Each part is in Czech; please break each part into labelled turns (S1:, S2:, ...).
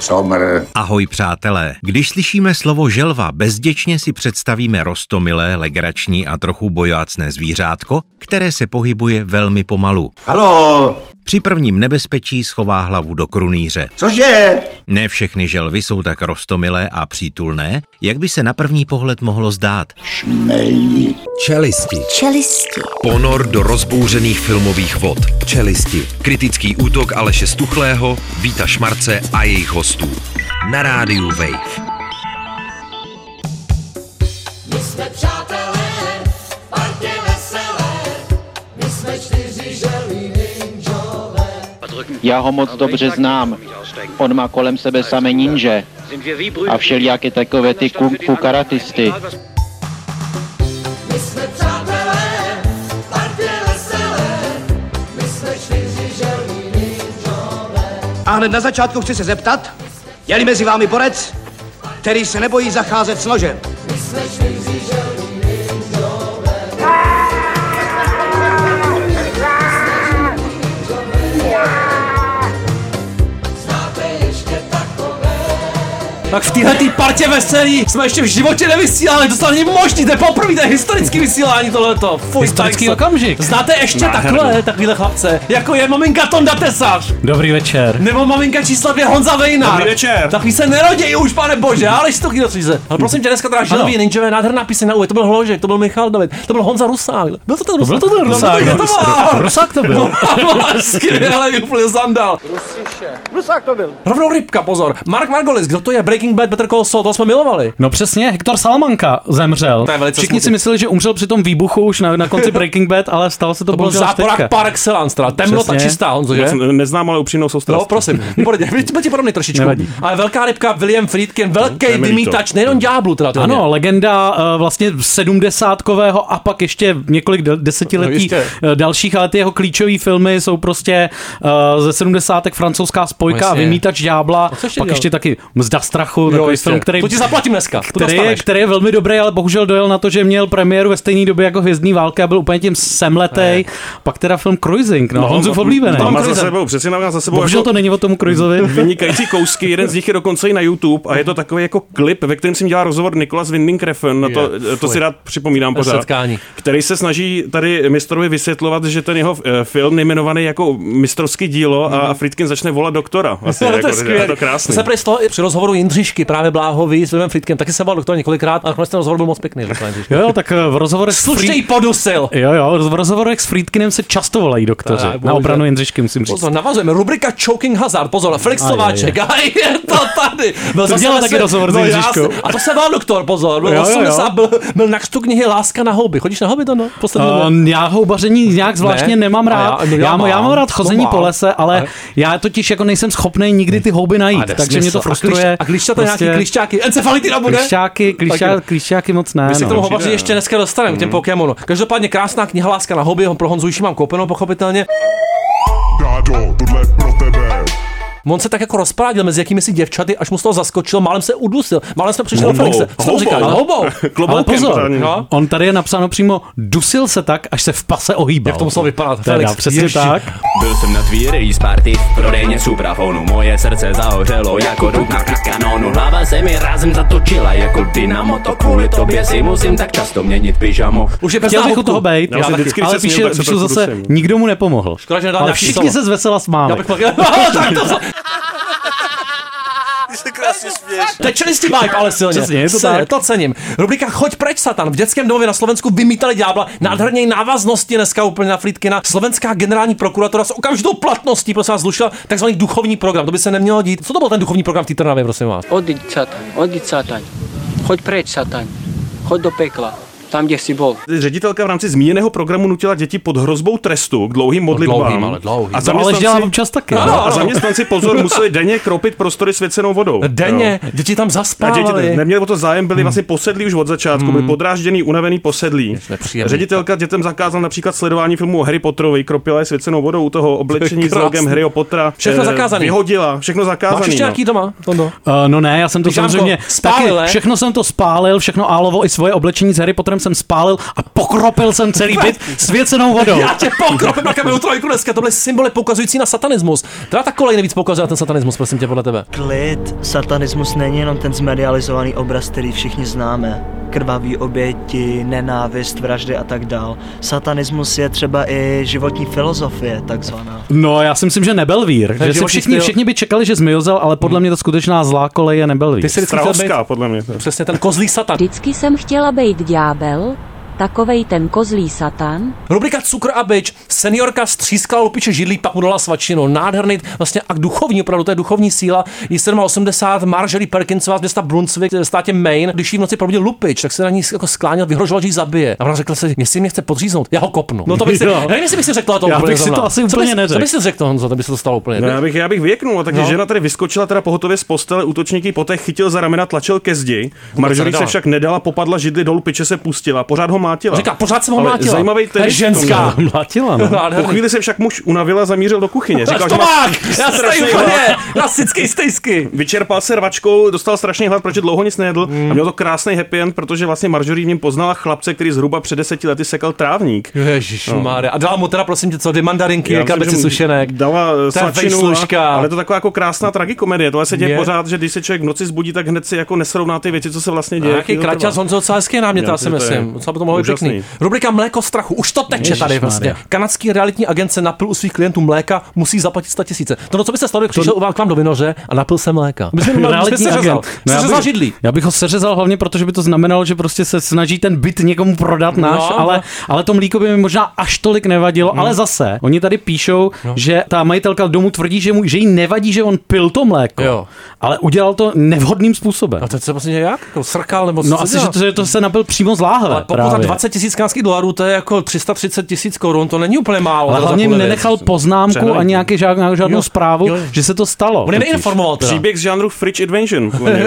S1: Somr.
S2: Ahoj přátelé, když slyšíme slovo želva, bezděčně si představíme roztomilé, legrační a trochu bojácné zvířátko, které se pohybuje velmi pomalu.
S1: Haló!
S2: Při prvním nebezpečí schová hlavu do krunýře.
S1: Cože?
S2: Ne všechny želvy jsou tak roztomilé a přítulné, jak by se na první pohled mohlo zdát.
S1: Šmej.
S3: Čelisti.
S4: Ponor do rozbouřených filmových vod. Čelisti. Kritický útok Aleše Stuchlého, Víta Šmarce a jejich hostů. Na rádiu Wave.
S5: My jsme přátelé, partě veselé, my jsme 4 želví ninjové.
S6: Já ho moc dobře znám. On má kolem sebe samé ninže a všelijaké takové ty kung fu karatisty.
S5: My jsme přátelé, partě veselé, my jsme 4 želví ninjové.
S7: A hned na začátku chci se zeptat, je-li mezi vámi borec, který se nebojí zacházet s nožem?
S5: My jsme 4 želví ninjové. Znáte ještě takové?
S8: Tak v téhletý partě veselí jsme ještě v životě nevysílali, to není možný, to je poprvé, to je historický vysílání tohleto. Fuj,
S9: historický okamžik.
S8: Znáte ještě takovýhle chlapce, jako je maminka Tonda Tesař.
S9: Dobrý večer.
S8: Nebo maminka číslo 2 Honza Vejnar.
S10: Dobrý večer.
S8: Takový se nerodějí už, pane bože, ale stoky do tříze. Ale prosím tě, dneska teda želví ninjové, nádherná píseň na to byl Hložek, to byl Michal David, to byl Honza Rusák. Byl to ten Rusák?
S9: Byl to ten Rusák. Rusák to byl.
S8: Skvěle, úplně zandal.
S7: Rusák to byl.
S8: Rovnou rybka, pozor. Mark Margolis, kdo to je? Breaking Bad, Better Call Saul, to jsme milovali.
S9: No přesně, Hector Salamanca zemřel. Všichni si mysleli, že umřel při tom výbuchu už na konci Breaking Bad, ale stalo se to
S8: byl záporák par excellence, teda temnota čistá, Honzo, že?
S10: Neznám, ale upřímnou soustrast.
S8: No, prosím, byl ti podobný trošičku.
S9: Nevadí.
S8: Ale velká rybka William Friedkin, velký vymítač, nejenom ďáblu teda.
S9: Ano, legenda vlastně 70kového a pak ještě několik desetiletí dalších, ale ty jeho klíčové filmy jsou prostě ze 70. francouzská spojka a vymítač ďábla, pak ještě taky Mzda strachu, takový film, který
S8: to ti zaplatím dneska.
S9: Který je velmi dobrý, ale bohužel dojel na to, že měl premiéru ve stejné době jako Hvězdný války a byl úplně tím semletej. Pak teda film Cruising, Honzův oblíbený.
S10: Má za sebou, přesně má za sebou.
S9: Bohužel
S10: jako
S9: to není o tomu Cruisovi.
S10: Vynikající kousky, jeden z nich je dokonce i na YouTube a je to takový jako klip, ve kterém si dělá rozhovor Nicolas Winding Refn, to si rád připomínám pořád, který se snaží tady mistrovi vysvětlovat, že ten jeho film nejmenovaný jako mistrovský dílo a Friedkin začne volat doktora. Vlastně,
S8: to
S10: je to krásný.
S8: Se z toho při rozhovoru Jindřišky právě Bláhový s Williamem Friedkem taky se volal doktora několikrát a nakonec ten rozhovor byl moc pěkný.
S9: Jo, tak v rozhovorech
S8: slušně podusil.
S9: Jo, v rozhovorech s Friedkinem se často volají doktoři. Na obranu Jindřišky musím říct.
S8: Pozor, navazujeme rubrika Choking Hazard. Pozor, Felix Slováček. A je to tady.
S9: Byl to dělal taky rozhovor s Jindřiškou.
S8: A to se volal doktor, pozor. Byl na křtu knihy Láska na houby. Chodíš na houby, to no?
S9: Já houbaření nějak zvláštně nemám rád. Já mám rád chození po lese, ale já totiž jako nejsem schopný nikdy ty houby najít, takže mě to frustruje.
S8: A když to nějaký klišťáky, encefalitina bude?
S9: Klišťáky moc ne.
S8: My si k tomu houbaři ještě dneska dostaneme, k těm Pokémonu. Každopádně krásná kniha Láska na houby, pro Honzu již mám koupenou pochopitelně.
S11: Dádo, tohle je pro tebe.
S8: On se tak jako rozprádil mezi jakými si děvčaty, až mu z toho zaskočil, málem se udusil. Málem jsme přišli do Felixe. Co to říkáš? Houbou.
S9: Ale pozor, on tady je napsáno přímo dusil se tak, až se v pase ohýbal.
S8: Jak to muselo vypadat? Felix,
S9: přesně tak.
S12: Byl jsem na tvý release party v prodejně Suprafonu. Moje srdce zahořelo jako ruka k kanonu. Hlava se mi rázem zatočila jako dynamo. To kvůli tobě si musím tak často měnit pyžamo.
S8: Už je bez
S9: chtěl bych u toho být, ale píšel zase, nikdo mu nepomohl. Ale všichni se zvesela smáli.
S10: Ty se krásně směješ.
S8: To je čelistý vibe, ale silně.
S9: Přesně, je to tak.
S8: To cením. Rubrika Choď preč, Satan. V dětském domově na Slovensku vymítali ďábla. Nádherně návaznosti dneska úplně na Friedkina. Slovenská generální prokuratura s okamžitou platností prosím vás zrušila takzvaný duchovní program. To by se nemělo dít. Co to byl ten duchovní program v té Trnavě, prosím vás?
S6: Odjď Satan. Choď preč, Satan. Choď do pekla. Tam, kde jsi byl.
S10: Ředitelka v rámci zmíněného programu nutila děti pod hrozbou trestu k dlouhým modlitbám.
S8: Dlouhým.
S9: Ale dělám občas taky.
S10: A zaměstnanci pozor museli denně kropit prostory svěcenou vodou.
S8: Denně, děti tam zaspávali.
S10: Děti neměli o to zájem, byli vlastně posedlí už od začátku, byli podrážděný, unavený, posedlí. Ředitelka dětem zakázala například sledování filmu o Harry Potterovi, kropila je svěcenou vodou u toho oblečení s logem Harryho Pottera.
S8: Všechno zakázané.
S10: Vyhodila, všechno zakázané.
S8: Máš ještě nějaký doma?
S9: No ne, já jsem to samozřejmě taky, všechno jsem to spálil, všechno álovo i svoje oblečení s Harry Potterem jsem spálil a pokropil jsem celý byt svěcenou vodou.
S8: Já tě pokropím na Kamenu trojku dneska, to byly symboly poukazující na satanismus. Teda ta kolej nejvíc poukazuje na ten satanismus, prosím tě, podle tebe.
S13: Klid, satanismus není jenom ten zmedializovaný obraz, který všichni známe. Krvavý oběti, nenávist, vraždy a tak dál. Satanismus je třeba i životní filozofie, takzvaná.
S9: No, já si myslím, že Nebelvír. Že si všichni by čekali, že zmiozel, ale podle mě to skutečná zlá kolej je Nebelvír.
S10: Ty jsi Strahovská, podle mě.
S8: Přesně ten kozlý satan.
S3: Vždycky jsem chtěla být ďábel, takovej ten kozlý satan.
S8: Rubrika Cukr a bič. Seniorka střískala lupiče židlí, pak mu dala svačinu. Nádherný, vlastně akt duchovní, opravdu to je duchovní síla. Je 87, Marjorie Perkinsová z města Brunswick v státě Maine. Když jí v noci probudil lupič, tak se na ní jako skláněl, vyhrožoval, že ji zabije. A ona řekla si, jestli mě chce podříznout, já ho kopnu. No to bych si, nevím, jestli bych si řekla to
S9: já
S8: úplně.
S9: Bych si to asi úplně neřekl.
S8: Co bys si řekl, Honzo, to by se to stalo úplně.
S10: No, já bych vyjeknul, takže žena tady vyskočila teda pohotově z postele, útočník ji poté chytil za ramena, tlačil ke zdi. Marjorie se však nedala, popadla židli do lupiče, se pustila, pořád ho mátila.
S8: Říká, pořád jsem ho mlátila.
S10: Zajímavý ten
S8: ženská.
S9: Mlátila, no.
S10: Po chvíli se však muž unavil a zamířil do kuchyně. Říkal, že
S8: já strašný hlad. Klasický stejsky.
S10: Vyčerpal se rvačkou, dostal strašný hlad, protože dlouho nic nejedl a měl to krásný happy end, protože vlastně Marjorie v něm poznala chlapce, který zhruba před 10 lety sekal trávník.
S8: Ježišmarja. A dala mu teda, prosím tě, co, ty mandarinky, kabici sušenek.
S10: Dala svačinu, ale to taková jako krásná tragikomedie. Tohle se děje pořád, že když se člověk v noci zbudí, tak hned si jako nesrovná ty věci, co se vlastně děje.
S8: Jaký kraťas Honzo Cářský námět, já si myslím. Co by to mohlo být pěkný. Rubrika Mléko strachu. Už to teče tady vlastně. Kanadský realitní agent se napil u svých klientů mléka, musí zaplatit 100 000. To, co by se stalo, přišel k vám do vinoře a napil se mléka.
S9: Realitní agent. Já bych ho seřezal hlavně, protože by to znamenalo, že prostě se snaží ten byt někomu prodat náš, ale to mlíko by mi možná až tolik nevadilo, ale zase oni tady píšou, že ta majitelka domu tvrdí, že jí nevadí, že on pil to mléko, ale udělal to nevhodným způsobem.
S8: A to se vlastně jak? Srkal nebo
S9: no asi, že to se napil přímo z láhve.
S8: Ale pokud za 20 000 kanadských dolarů, to je jako 330 000 korun, to není úplně málo.
S9: Ale hlavně mi nenechal poznámku a nějaký žádnou zprávu, že se to stalo.
S8: On neinformoval teda.
S10: Příběh z žánru Fridge Invasion.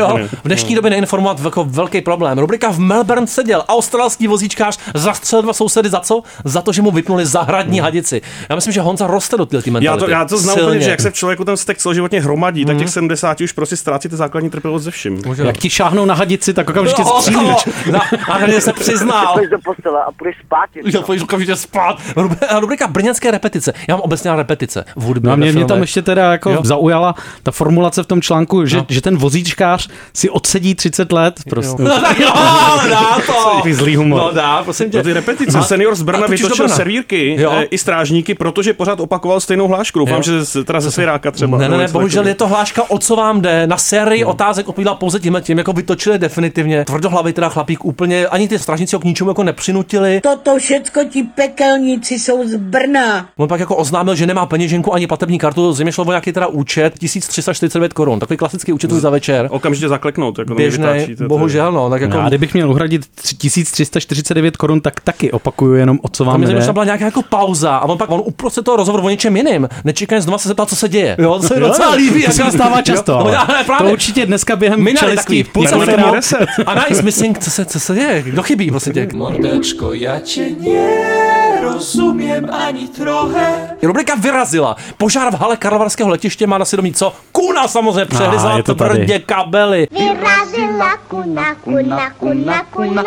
S8: V dnešní době neinformovat jako velký problém. Rubrika v Melbourne seděl australský vozíčkář, zastřelil 2 sousedy za co? Za to, že mu vypnuli zahradní hadici. Já myslím, že Honza roste do té mentality.
S10: Já to znám úplně, že jak se v člověku ten vztek celoživotně hromadí, tak těch 70 už prostě ztrácí ty základní trpělivost ze vším.
S9: Jak ti šáhnou na hadici, tak okamžitě střílíš.
S8: A hlavně se přiznal.
S14: Půjdeš do postele a půjdeš spát.
S8: Půjdeš okamžitě spát. Rubrika brněnské repetice. Já mám obecně repetice v hudbě.
S9: No a mě tam ještě teda jako zaujala ta formulace v tom článku, že ten vozíčkář si odsedí 30 let prostě.
S8: No tak jo, dá to.
S9: Ty zlý humor.
S8: No dá, prosím tě.
S10: No ty repetice. Senior z Brna vytočil servírky i strážníky, protože pořád opakoval stejnou hlášku. Doufám, že teda ze Svěráka třeba.
S8: Ne, bohužel je to hláška, o co vám jde. Na sérii otázek odpovídal pouze tím, jako vytočili definitivně. Tvrdohlavý teda chlapík úplně, ani ty strážníci ho k ničemu jako nepřinutili.
S15: Toto všecko ti pekelníci jsou z Brna.
S8: On pak jako oznámil, že nemá peněženku ani platební kartu, zřejmě šlo o nějaký teda účet 1349 korun. Takový klasický účet za večer.
S10: Okamžitě zakleknout, jako
S8: běžnej, bohužel, no, tak jako.
S9: A kdybych měl uhradit 1349 korun, tak taky opakuju jenom o co vám jde.
S8: Tam byla nějaká jako pauza a on uprostřed toho rozhovoru o něčem jiným. Nečekaně znova se zeptal, co se děje. Jo, to se docela líbí.
S9: To se mi stává často. To určitě dneska během čelistí.
S8: A nice missing, co se děje? Kdo chybí, vlastně tě?
S5: Mordečko, já tě nerozumím ani trochu.
S8: Rubrika vyrazila. Požár v hale Karlovarského letiště má na svědomí co? Kuna samozřejmě přehryzala tvrdě kabely.
S16: Vyrazila kuna,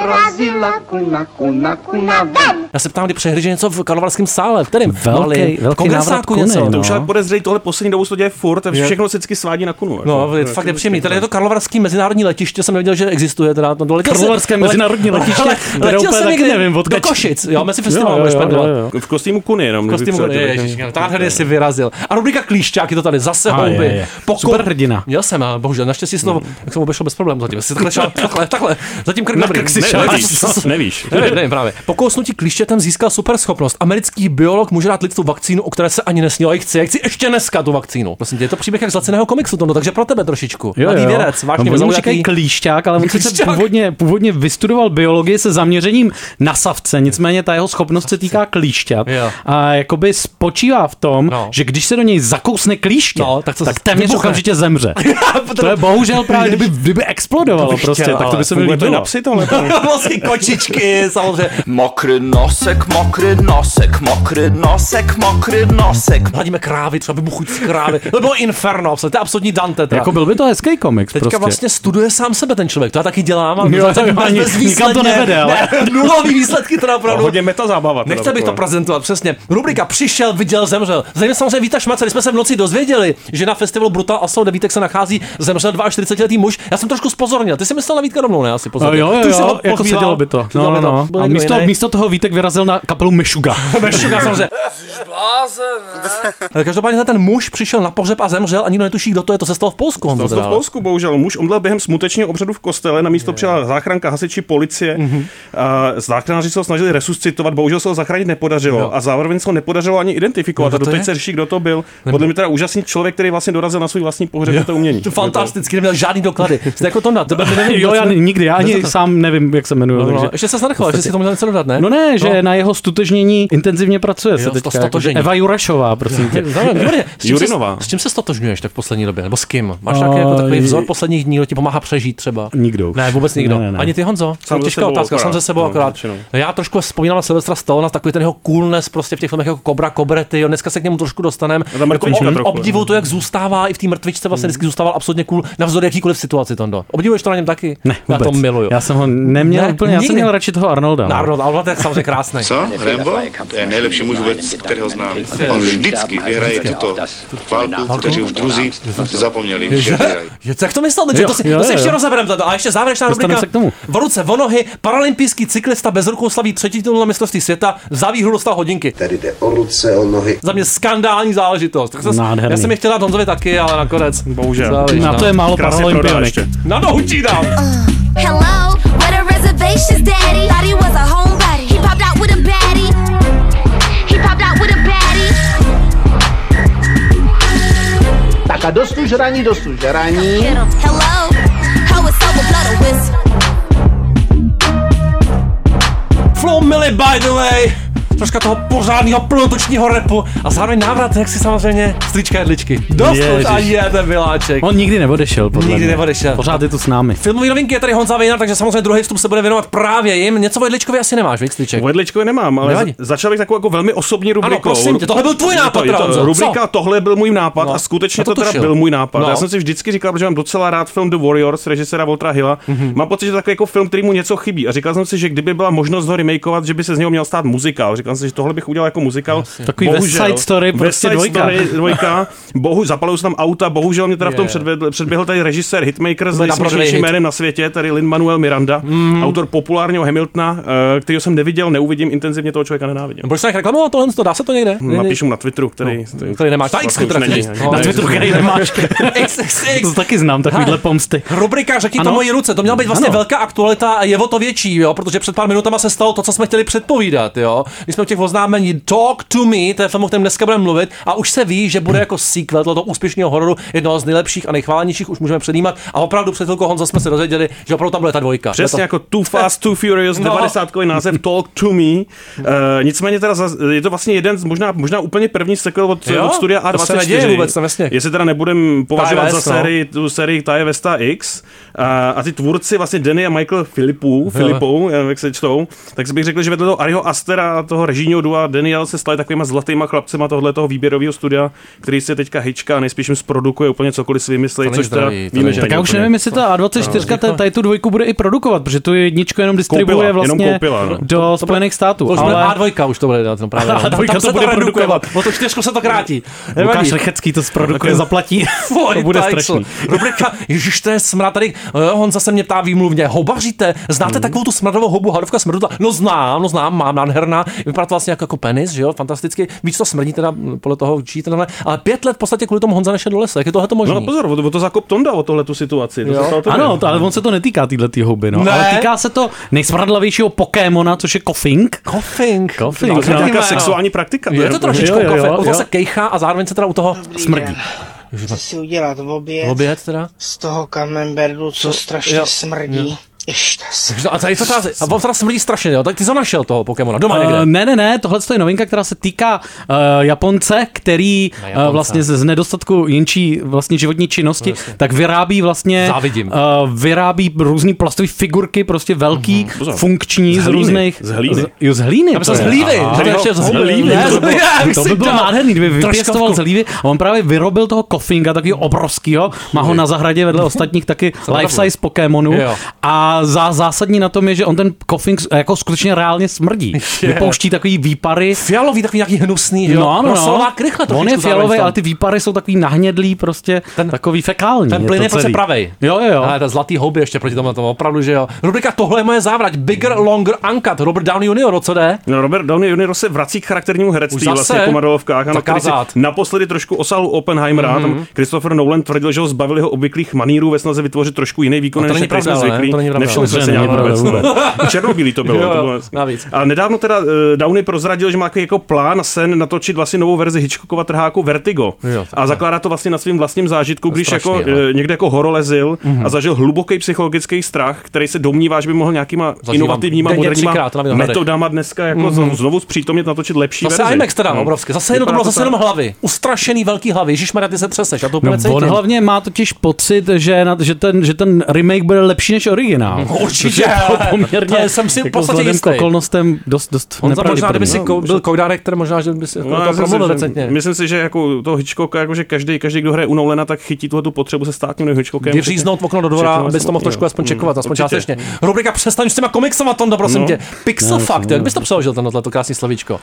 S16: vyrazila kuna, ven.
S8: Já se ptám, kdy přehryže něco v Karlovarském sále, v kterém?
S9: Velký návrat kuny.
S10: To už ale podezřelý, tohle poslední dobu se to děje furt, všechno se vždycky svádí na kunu.
S8: No, je to fakt nepříjemný. Tady je to Karlovarský mezinárodní letiště, jsem nevěděl, že existuje. Teda,
S9: Karlovarské mezinárodní letiště, které úplně taky nevím, odkud.
S8: Do Košic, jo, mezi festivalem
S10: v kostýmu kuny jenom.
S8: V kostýmu kuny, tady si vyrazil. A rubrika Klíšťák je to tady, zase houby.
S9: Super hrdina.
S8: Měl jsem, ale bohužel, naštěstí slovo, jak jsem obešel bez problémů zatím. Takhle, zatím krk dobrý.
S10: Nevíš.
S8: Nevím právě. Po kousnutí klíštětem získal super schopnost. Americký biolog může dát lidstvu vakcínu, o které se ani nesnilo. Já chci ještě dneska tu vakcínu. Prosím tě, je to příběh jak z laciného komiksu, no, takže pro tebe trošičku. Mladý vědec, vážně
S9: říkají klíšťák, ale on se původně vystudoval biologii se zaměřením na savce. Nicméně ta jeho schopnost dovednost se týká klíšťat a jakoby spočívá v tom, že když se do něj zakousne klíště, tak téměř okamžitě zemře. To je bohužel právě, kdyby explodovalo prostě, tak to by se mi líbilo.
S10: Na psy tohle.
S8: Vlastně kočičky, samozřejmě.
S5: Mokrý nosek, mokrý nosek, mokrý nosek, mokrý nosek.
S8: Hladíme krávy, třeba vybuchující krávy. To bylo Inferno, to je absolutní Dante.
S9: Jako byl by to hezký komiks.
S8: Teďka vlastně studuje sám sebe ten člověk, to já taky dělám.
S9: Nikam to nevede, ale.
S8: Nulový výsledky teda opravdu.
S10: Hodně meta zábava.
S8: Nechce bych to prezentovat, přesně. Rubrika přišel, viděl, zemřel. Zajímavé samozřejmě Víta Šmarce, když jsme se v noci dozvěděli, že na festivalu Brutal Assault 9 se nachází zemřel 42letý muž. Já jsem trošku zpozornil. Ty jsi myslel na Vítka rovnou, ne? Asi pozornil.
S9: Jo, jako sedělo by to. No. A místo toho Vítek vyrazil na kapelu Meshuggah.
S8: Meshuggah samozřejmě. Každopádně ten muž přišel na pohřeb a zemřel a nikdo netuší, kdo to je. To se stalo v Polsku.
S10: To v Polsku, bohužel. Muž umřel během smutečního obřadu v kostele, na místo přijela záchranka, hasiči, policie. Záchranáři se ho snažili resuscitovat, bohužel se ho zachránit nepodařilo a zároveň se ho nepodařilo ani identifikovat. A doteď se řeší, kdo to byl. Podle mě teda úžasný člověk, který vlastně dorazil na svůj vlastní pohřeb, to umění.
S8: To fantasticky, neměl žádný doklady. Jste jako to
S9: já nikdy, já ani sám nevím, jak se jmenuje.
S8: No, ještě se zanechal, že si to měl něco dodat, ne?
S9: No ne, že na jeho stotožnění intenzivně pracuje se teďka. Eva Jurašová, prosím tě.
S10: Jurinová.
S8: S čím se stotožňuješ tak v poslední době? Nebo s kým? Máš nějaký jako takový vzor posledních dní, kdo ti pomáhá přežít třeba?
S9: Nikdo.
S8: Ne, vůbec nikdo. Ne. Ani ty, Honzo? Těžká otázka, sám se sebou akorát. Já trošku vzpomínám na Sylvestra Stallona, takový ten jeho coolness prostě v těch filmech jako Cobra, Cobrety, dneska se k němu trošku dostaneme. Obdivuju to, jak zůstává i v té mrtvičce, vlastně vždycky zůstával absolutně cool navzdory jakýkoliv situaci, Tondo. Obdivuješ to na něm taky?
S9: Ne, vůbec.
S8: Já to miluju.
S9: Já jsem ho neměl úplně, já jsem měl radši toho Arnolda.
S8: Arnold je samozřejmě krásný.
S17: Co? Rambo? To je nejlepší muž vůbec, kterého znám. On vždycky vyhraje tuto válku, kteří už druzí zapomněli, že vyhrají.
S8: Jak to myslel? To si ještě rozebereme. A ještě závěrečná rubrika. V ruce, v nohy, paralympijský cyklista bez rukou slaví třetí titul na mistrovství světa, za výhru dostal hodinky.
S18: Tady jde o ruce, o nohy.
S8: Za mě skandální záležitost. Já jsem je chtěl dát Honzovi taky, ale nakonec.
S10: Bohužel.
S9: Na to je málo paralympionek.
S8: Na nohu ti dám.
S16: Hello, where the reservations, daddy? Thought he was a homebody. He popped out with a baddie.
S7: Tak a dostu žraní.
S16: Hello, how is sober blood a whistle?
S8: Flo Milli, by the way. Troška toho pořádného plnotočního rapu a zároveň návrat, jak si samozřejmě strička jedličky. Dost a je ten Miláček.
S9: On nikdy neodešel, podle mě.
S8: neodešel.
S9: Pořád je tu s námi.
S8: Filmový novinky je tady Honza Vejnar, takže samozřejmě druhý vstup se bude věnovat právě jim. Něco o Jedličkovi asi nemáš, víš, striček?
S10: O Jedličkovi nemám, ale začal bych takovou jako velmi osobní rubrikou.
S8: Ano, prosím tě, tohle byl tvůj nápad,
S10: rubrika Tohle byl můj nápad a skutečně to teda byl můj nápad. Já jsem si vždycky říkal, že mám docela rád film The Warriors režiséra Waltera Hilla. Mám pocit, že takový jako film, který mu něco chybí a říkal jsem si, že kdyby byla možnost ho remakeovat, že by se z něho měl stát muzikál. Říkal jsem si, že tohle bych udělal jako muzikál.
S9: Takový West Side Story, prostě
S10: dvojka. Zapalují se tam auta, bohužel mě teda v tom předběhl tady režisér Hitmaker s nejsměšnějším jménem na světě, tady Lin-Manuel Miranda, autor populárního Hamiltona, kterého jsem neviděl, neuvidím, intenzivně toho člověka nenávidím.
S8: Proč se reklamovat tohle, dá se to někde?
S10: Napíšu na Twitteru, který
S8: nemáš. Na
S9: Twitteru, který nemáš. To taky znám, takovýhle pomsty.
S8: Rubrika Řekni to mojí ruce, to měla být vlastně velká aktualita a je o to větší, jo, protože před pár minutama se stalo to, co jsme chtěli předpovídat, jo. My jsme u těch oznámení Talk to Me, to je film, o kterém dneska budeme mluvit, a už se ví, že bude jako sequel tohoto úspěšného hororu, jednoho z nejlepších a nejchválenějších, už můžeme předjímat. A opravdu před chvilkou, Honzo, jsme se dozvěděli, že opravdu tam bude ta dvojka.
S10: Přesně jako Too Fast, Too Furious, 90kový název Talk to Me. Nicméně teda je to vlastně jeden z možná úplně první sequel od studia A24.
S8: Vůbec,
S10: jestli teda nebudem považovat za sérii Taje Vesta X. A ty tvůrci vlastně Danny a Michael Filipou, jak se čtou, tak bych řekl, že vedle toho Ariho Astera a toho režijního dua Daniel se stali takovýma zlatýma chlapcema tohoto výběrového studia, který se teďka hyčka a nejspíš jim zprodukuje úplně cokoliv si vymyslí, což teda víme, že
S9: tak já už nevím, jestli ta A24 tady tu dvojku bude i produkovat, protože tu jedničku jenom distribuuje vlastně do Spojených států.
S8: Už bude A2 už to bude dát, právě.
S9: A2 to bude produkovat.
S8: O to 4 se to krátí.
S9: Lukáš Lechecký to zprodukuje, zaplatí. To bude strašný.
S8: Rubrika, ježiš, to je smrad tady. Honza se mě ptá výmluvně. Houbaříte? Znáte takovou tu smradovou houbu Hadovka smrdutla? No znám, mám nádherná. Vypadá to vlastně jako penis, že jo? Fantasticky. Víc to smrdí teda podle toho číte, ale 5 let v podstatě kvůli tomu Honza nešel do lesa. Jak je tohle možné?
S10: No pozor, to zakop Tonda o tohle tu situaci.
S9: Ano, ale on se to netýká této houby, no. Ale týká se to nejsmradlavějšího Pokémona, což je Koffing.
S10: To je nějaká sexuální praktika.
S8: Je to trošičku Koffing. Se kejchá a zároveň se teda u toho smrdí.
S19: Chci si udělat oběd
S8: teda?
S19: z toho camembertu, co strašně smrdí.
S15: Ještě se.
S8: A tady to on teda smrdí strašně, jo? Tak ty jsi našel toho Pokémona doma někde?
S9: Ne, tohle je novinka, která se týká Japonce, který vlastně z nedostatku jinčí vlastně životní činnosti, tak vyrábí vlastně vyrábí různý plastové figurky, prostě velký, funkční z různých...
S10: Z hlíny.
S9: Jo, z hlíny.
S8: Já z hlívy.
S9: To by bylo nádherný, kdyby vypěstoval z hlívy a on právě vyrobil toho Kofinga, takového obrovskýho, má ho na zahradě vedle ostatních taky life-size Pokémonů a zásadní na tom je, že on ten Kofing jako skutečně reálně smrdí. Vypouští takový výpary.
S8: Fialový, takový nějaký hnusný, jo?
S9: No. On je fialový, ale ty výpary jsou takový nahnědlý, prostě takový fekální.
S8: Ten plyn je prostě pravej.
S9: Jo.
S8: Ale ta zlatý houby ještě proti tomu opravdu, že jo. Rubrika Tohle je moje závrať. Bigger, Longer, Uncut. Robert Downey Jr., co jde?
S10: No, Robert Downey Jr. se vrací k charakternímu herectví vlastně po Marvelovkách. Který si naposledy trošku osáhl Oppenheimera. Tam Christopher Nolan tvrdil, že ho zbavil jeho obvyklých maníru ve snaze vytvořit trošku jiný výkon, než jsme zvyklí. Nevšimli jsme se nějak vůbec. Černobílý to bylo. A nedávno teda Downey prozradil, že má jako plán sen natočit vlastně novou verzi Hitchcockova trháku Vertigo. A zakládá to vlastně na svým vlastním zážitku, když jako někde jako horolezil a zažil hluboký psychologický strach, který se domnívá, že by mohl nějakýma inovativníma moderníma metodama dneska jako znovu zpřítomnit, natočit lepší verzi.
S8: Zase IMAX teda obrovské. Zase jenom hlavy. Ustrašený velký hlavy. Ježišmarja, ty se třeseš. A to úplně cítím.
S9: On hlavně má totiž pocit, že ten remake bude lepší než originál.
S8: Určitě. Poměrně jsem si v podstatě jistý.
S9: Okolnostem dost
S8: možná, kdyby si byl co-director, možná, že by si to promluvil recentně.
S10: Myslím si, že jako toho Hitchcocka, jako že každý, kdo hraje u Nolana, tak chytí tu potřebu se stát tím Hitchcockem.
S8: Vyříznout okno do dvora, abys to mohl trošku aspoň čekovat, aspoň částečně. Rubrika Přestaň s těma komiksama, Tondo, prosím tě. Pixel Fact, jak bys to přeložil, to krásný slovíčko?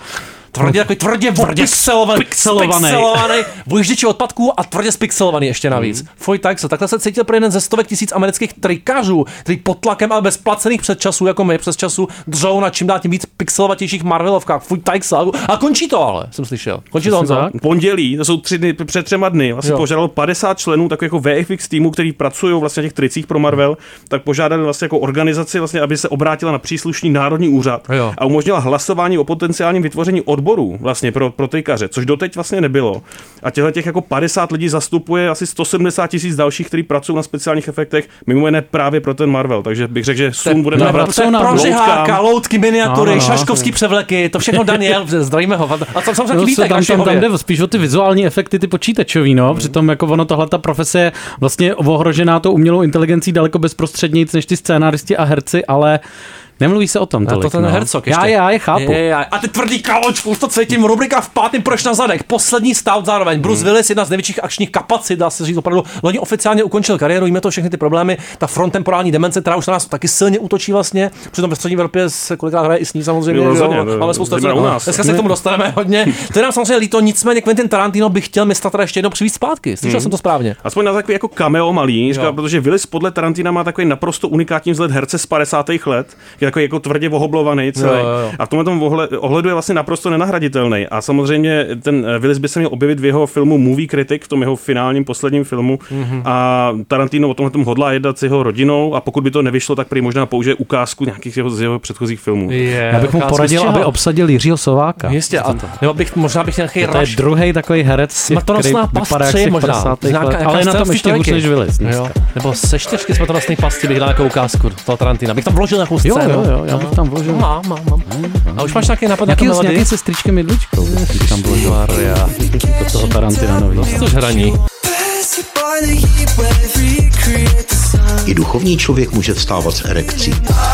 S8: Tvrdě pixelovaný. Vyjížděči odpadků a tvrdě spixelovaný ještě navíc. Fuj, takhle se cítil pro jeden ze stovek tisíc amerických trikářů, kteří pod tlakem, ale bez placených předčasů, jako my přes času, dřou na čím dál tím víc pixelovatějších Marvelovkách. Fuj, a končí to ale, jsem slyšel. Končí to, Honzo?
S10: Pondělí, to jsou 3 dny, před 3 dny, vlastně požádalo 50 členů takových jako VFX týmu, který pracují vlastně na těch tricích pro Marvel, tak požádali vlastně jako organizaci, vlastně, aby se obrátila na příslušný národní úřad a umožnila hlasování o potenciálním vytvoření odborů vlastně pro trikaře, což doteď vlastně nebylo. A těch jako 50 lidí zastupuje asi 170 000 dalších, kteří pracují na speciálních efektech, mimo jiné právě pro ten Marvel, takže bych řekl, že sun bude navrat.
S8: Prořihárka, loutky, miniatury, šaškovský převleky, to všechno Daniel, zdravíme ho. A tam samozřejmě
S9: tam jde spíš o ty vizuální efekty, ty počítačový, no. Přitom jako ono tohle ta profese je vlastně ohrožená tou umělou inteligencí daleko bezprostřednějc než ty scénáristi a herci, ale nemluví se o tom tolik.
S8: To ten Herzog ještě.
S9: Já je chápu.
S8: A ty tvrdý kaloč, už to cítím. Rubrika v 5. Proč na zadek. Poslední stout zároveň. Bruce Willis, jedna z největších akčních kapacit, dá se říct opravdu. Loni oficiálně ukončil kariéru, víme to všechny ty problémy. Ta frontemporální demence, která už na nás taky silně útočí vlastně. Přitom ve střední Evropě se kolikrát hraje i s ní samozřejmě. Ale spousta dneska se k tomu dostaneme hodně. To je nám samozřejmě líto, nicméně Quentin Tarantino by chtěl mistra teda ještě jednou přivést zpátky. Slyšel jsem to správně.
S10: Aspoň na takový jako cameo malý, protože Willis podle Tarantina má takový naprosto unikátní vzhled herce z 50. let. Takový jako tvrdě ohoblovaný celý. A v tomhle ohledu je vlastně naprosto nenahraditelný. A samozřejmě ten Willis by se měl objevit v jeho filmu Movie Critic, v tom jeho finálním posledním filmu. A Tarantino o tomhle hodlá jednat s jeho rodinou a pokud by to nevyšlo, tak prý možná použije ukázku nějakých z jeho předchozích filmů.
S9: Já bych mu poradil, aby obsadil Jiřího Sováka.
S8: Jistě, možná bych nějaký
S9: to je druhý takový herec, který vypadá jak možná. Ale na tom ještě hůř než Willis.
S8: Nebo se 4 smrtonosné pasti bych dal jako ukázku toho Tarantina. Bych tam vložil nějakou scénu.
S9: Já bych tam vložil.
S8: Mám. A už máš nějaký nápad na
S9: melodii? Nějaký sestričkem Jedličkou. Bych tam vložil do toho Tarantina nový.
S8: Což hraní.
S1: I duchovní člověk může vstávat s erekcí.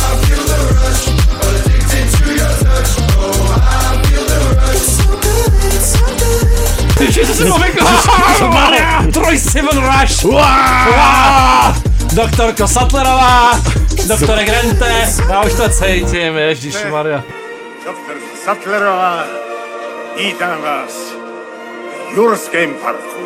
S8: Ty jsi povykl! Troj Simon Rush! Doktorko Sattlerová, doktore Grante, já už to cítím, ježišmarja.
S11: Doktor Sattlerová, vítám vás v Jurském parku.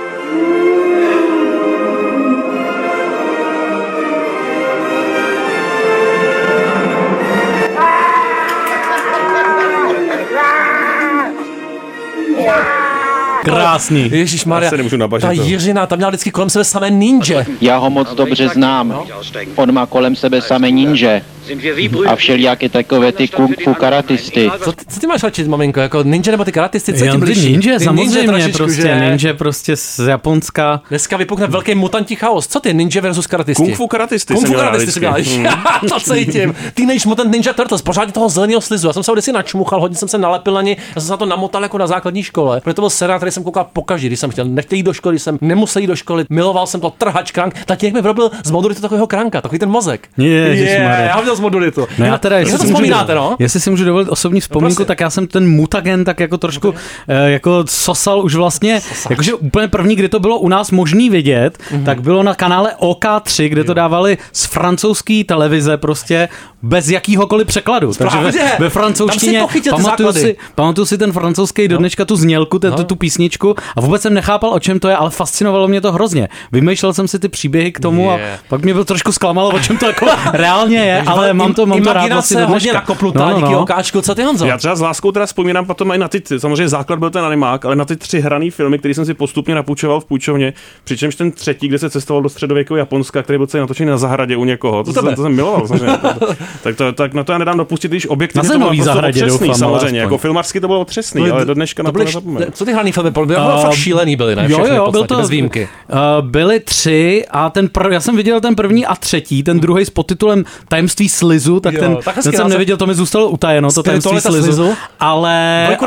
S9: Krásný.
S8: Ježišmarja, ta Jiřina, tam měla vždycky kolem sebe samé ninja.
S6: Já ho moc dobře znám. On má kolem sebe samé ninja. a všelijaké takové ty kung fu karatisty.
S8: Co ty máš radši, maminko, jako ninja nebo ty karatisty, co ti
S9: blíží? Ninja, samozřejmě, ninja prostě z Japonska.
S8: Dneska vypukne velký mutantí chaos. Co ty, ninja versus karatisti?
S10: Kung fu karatisty.
S8: Kung fu karatisty si děláš. To cítím. Teenage Mutant Ninja Turtles, pořádně toho zeleného slizu. Já jsem se ho kdysi načmuchal, hodně jsem se nalepil na něj, já jsem se na to namotal jako na základní škole. Protože to byl seriál, který jsem koukal pokaždý, když jsem chtěl nechtěl jít do školy, když jsem nemusel jít do školy, miloval jsem to trhač krank. Tatínek mi vyrobil z modulity takového kranka, takový ten mozek. Já měl z modulitu.
S9: No já teda, jestli si můžu dovolit osobní vzpomínku, tak já jsem ten mutagen tak jako trošku jako sosal už vlastně, jakože úplně první, kdy to bylo u nás možný vidět, tak bylo na kanále OK3, kde to dávali z francouzské televize prostě bez jakýhokoliv překladu. Takže ve francouzštině pamatuju si ten francouzský do dneška tu znělku, tu písničku a vůbec jsem nechápal, o čem to je, ale fascinovalo mě to hrozně. Vymýšlel jsem si ty příběhy k tomu a pak mě bylo trošku zklamalo, o čem to jako reálně je, ale mám to rád vlastně do dneška.
S8: Díky Okáčku, co ty, Honzo?
S10: Já třeba s láskou teda vzpomínám potom i na ty, samozřejmě základ byl ten animák, ale na ty 3 hraný filmy, které jsem si postupně napůjčoval v půjčovně, přičemž ten třetí, kde se cestoval do středověkého Japonska, který byl celý natočený na zahradě u někoho, to jsem miloval samozřejmě. tak na to já nedám dopustit, když objektivně to bylo otřesný, samozřejmě, jako filmařsky to bylo otřesný, ale do dneška na to nezapomenu.
S8: Co ty hraný filmy? Fakt šílený byly, ne?
S9: Jo, byl to bez výjimky. Byly 3 a já jsem viděl ten první a třetí, ten druhý s podtitulem Tajemství slizu, tak ten jsem neviděl, to mi zůstalo utajeno, to Tajemství slizu, ale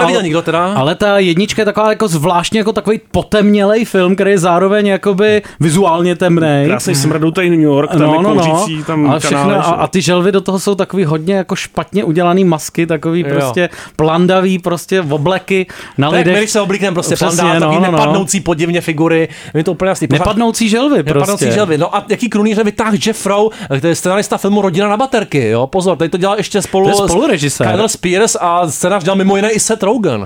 S9: ta jednička je taková jako zvláštně jako takový potemnělej film, který je zároveň jakoby vizuálně temnej.
S10: Krásný smradutej New York, tam je kouřící, tam kanály.
S9: A ty želvy do toho jsou takový hodně jako špatně udělaný masky, takový prostě plandavý prostě obleky na lidech.
S8: Když se oblíknem prostě plandá, takový nepadnoucí podivně figury. Je to úplně jasný.
S9: Nepadnoucí želvy prostě.
S8: No a jaký krunýře vytáhl Jeff Rowe, který je scenarista filmu Rodina na baterky, jo? Pozor, tady to dělal ještě
S9: spolurežisér.
S8: Kyle Spears a scénář dělal mimo jiné i Seth Rogen.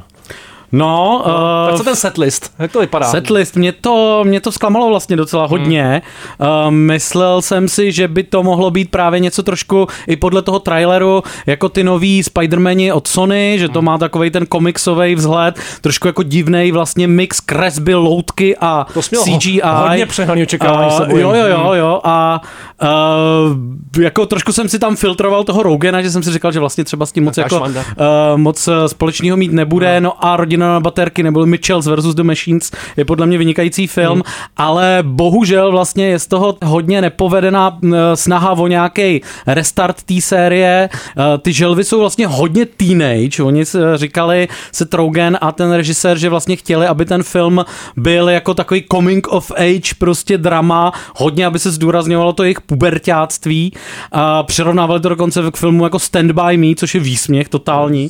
S9: No,
S8: tak co ten setlist? Jak to vypadá?
S9: Setlist, mě to zklamalo vlastně docela hodně. Myslel jsem si, že by to mohlo být právě něco trošku i podle toho traileru, jako ty nový Spider-Mani od Sony, že to má takovej ten komiksový vzhled, trošku jako divnej vlastně mix kresby, loutky a CGI.
S8: Hodně přehnaný očekávání se bojím.
S9: Jo. A jako trošku jsem si tam filtroval toho Rogena, že jsem si říkal, že vlastně třeba s tím moc společného mít nebude. No a Rodina na baterky nebo Mitchells vs. The Machines je podle mě vynikající film, ale bohužel vlastně je z toho hodně nepovedená snaha o nějaký restart té série. Ty želvy jsou vlastně hodně teenage. Oni říkali Seth Rogen a ten režisér, že vlastně chtěli, aby ten film byl jako takový coming of age prostě drama, hodně, aby se zdůrazňovalo to jejich puberťáctví. Přirovnávali to dokonce k filmu jako Stand by Me, což je výsměch totální.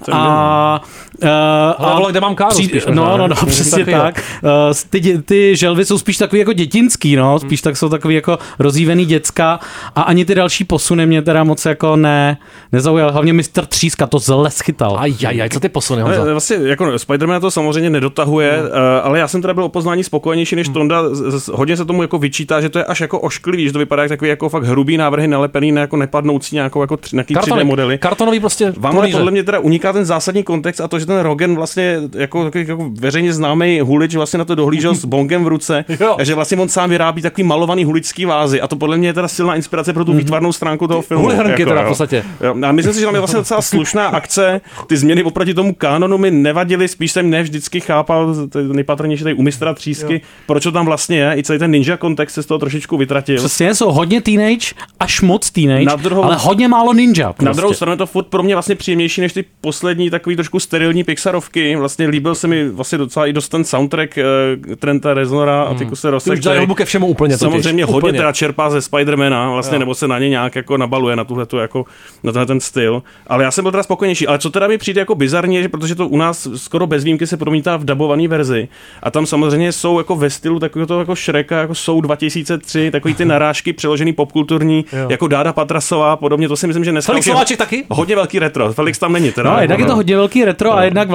S8: Kde mám káru spíš,
S9: no, přesně tak. Ty želvy jsou spíš takový jako dětinský, no, spíš tak jsou takový jako rozjívený děcka a ani ty další posuny mě teda moc jako nezaujal. Hlavně Mr. Tříska to zle schytal.
S8: Co ty posuny,
S10: Honzo? Vlastně jako Spider-Man to samozřejmě nedotahuje, ale já jsem teda byl o poznání spokojenější než Tonda. Hodně se tomu jako vyčítá, že to je až jako ošklivý, že to vypadá jak takový jako fakt hrubý návrhy nalepený na jako nepadnoucí nějakou jako 3D modely.
S8: Kartonový prostě.
S10: Vám ale podle mě teda uniká ten zásadní kontext a to, že ten Rogen vlastně jako veřejně známý hulič vlastně na to dohlížel s bongem v ruce, a že vlastně on sám vyrábí takový malovaný huličský vázy a to podle mě je teda silná inspirace pro tu výtvarnou stránku toho filmu.
S8: Hulihrnky teda v podstatě.
S10: A myslím si, že tam je vlastně docela slušná akce. Ty změny oproti tomu kánonu mi nevadily, spíš jsem ne vždycky chápal, nejpatrnější tady u mistra Třísky, proč to tam vlastně je, i celý ten ninja kontext se z toho trošičku vytratil.
S9: Přesně, jsou hodně teenage, až moc teenage, ale hodně málo ninja. Prostě.
S10: Na druhou stranu je to furt pro mě vlastně příjemnější než ty poslední takový trošku sterilní Pixarovky. Vlastně líbil se mi vlastně docela i dost ten soundtrack Trenta Reznora a ty kusy Rosek,
S8: který ke všemu úplně
S10: samozřejmě hodně teda čerpá ze Spidermana, vlastně, nebo se na ně nějak jako nabaluje na tuhletu jako na tenhle ten styl. Ale já jsem byl teda spokojenější. Ale co teda mi přijde jako bizarně, že protože to u nás skoro bez výjimky se promítá v dabované verzi a tam samozřejmě jsou jako ve stylu takového toho jako Shreka, jako jsou 2003, takový ty narážky přeložený popkulturní, jako Dáda Patrasová, podobně, to si myslím, že dneska
S8: Felix Slováček taky?
S10: Hodně velký retro. Felix tam není teda.
S9: No, jednak je to hodně velký retro a jednak vlastně v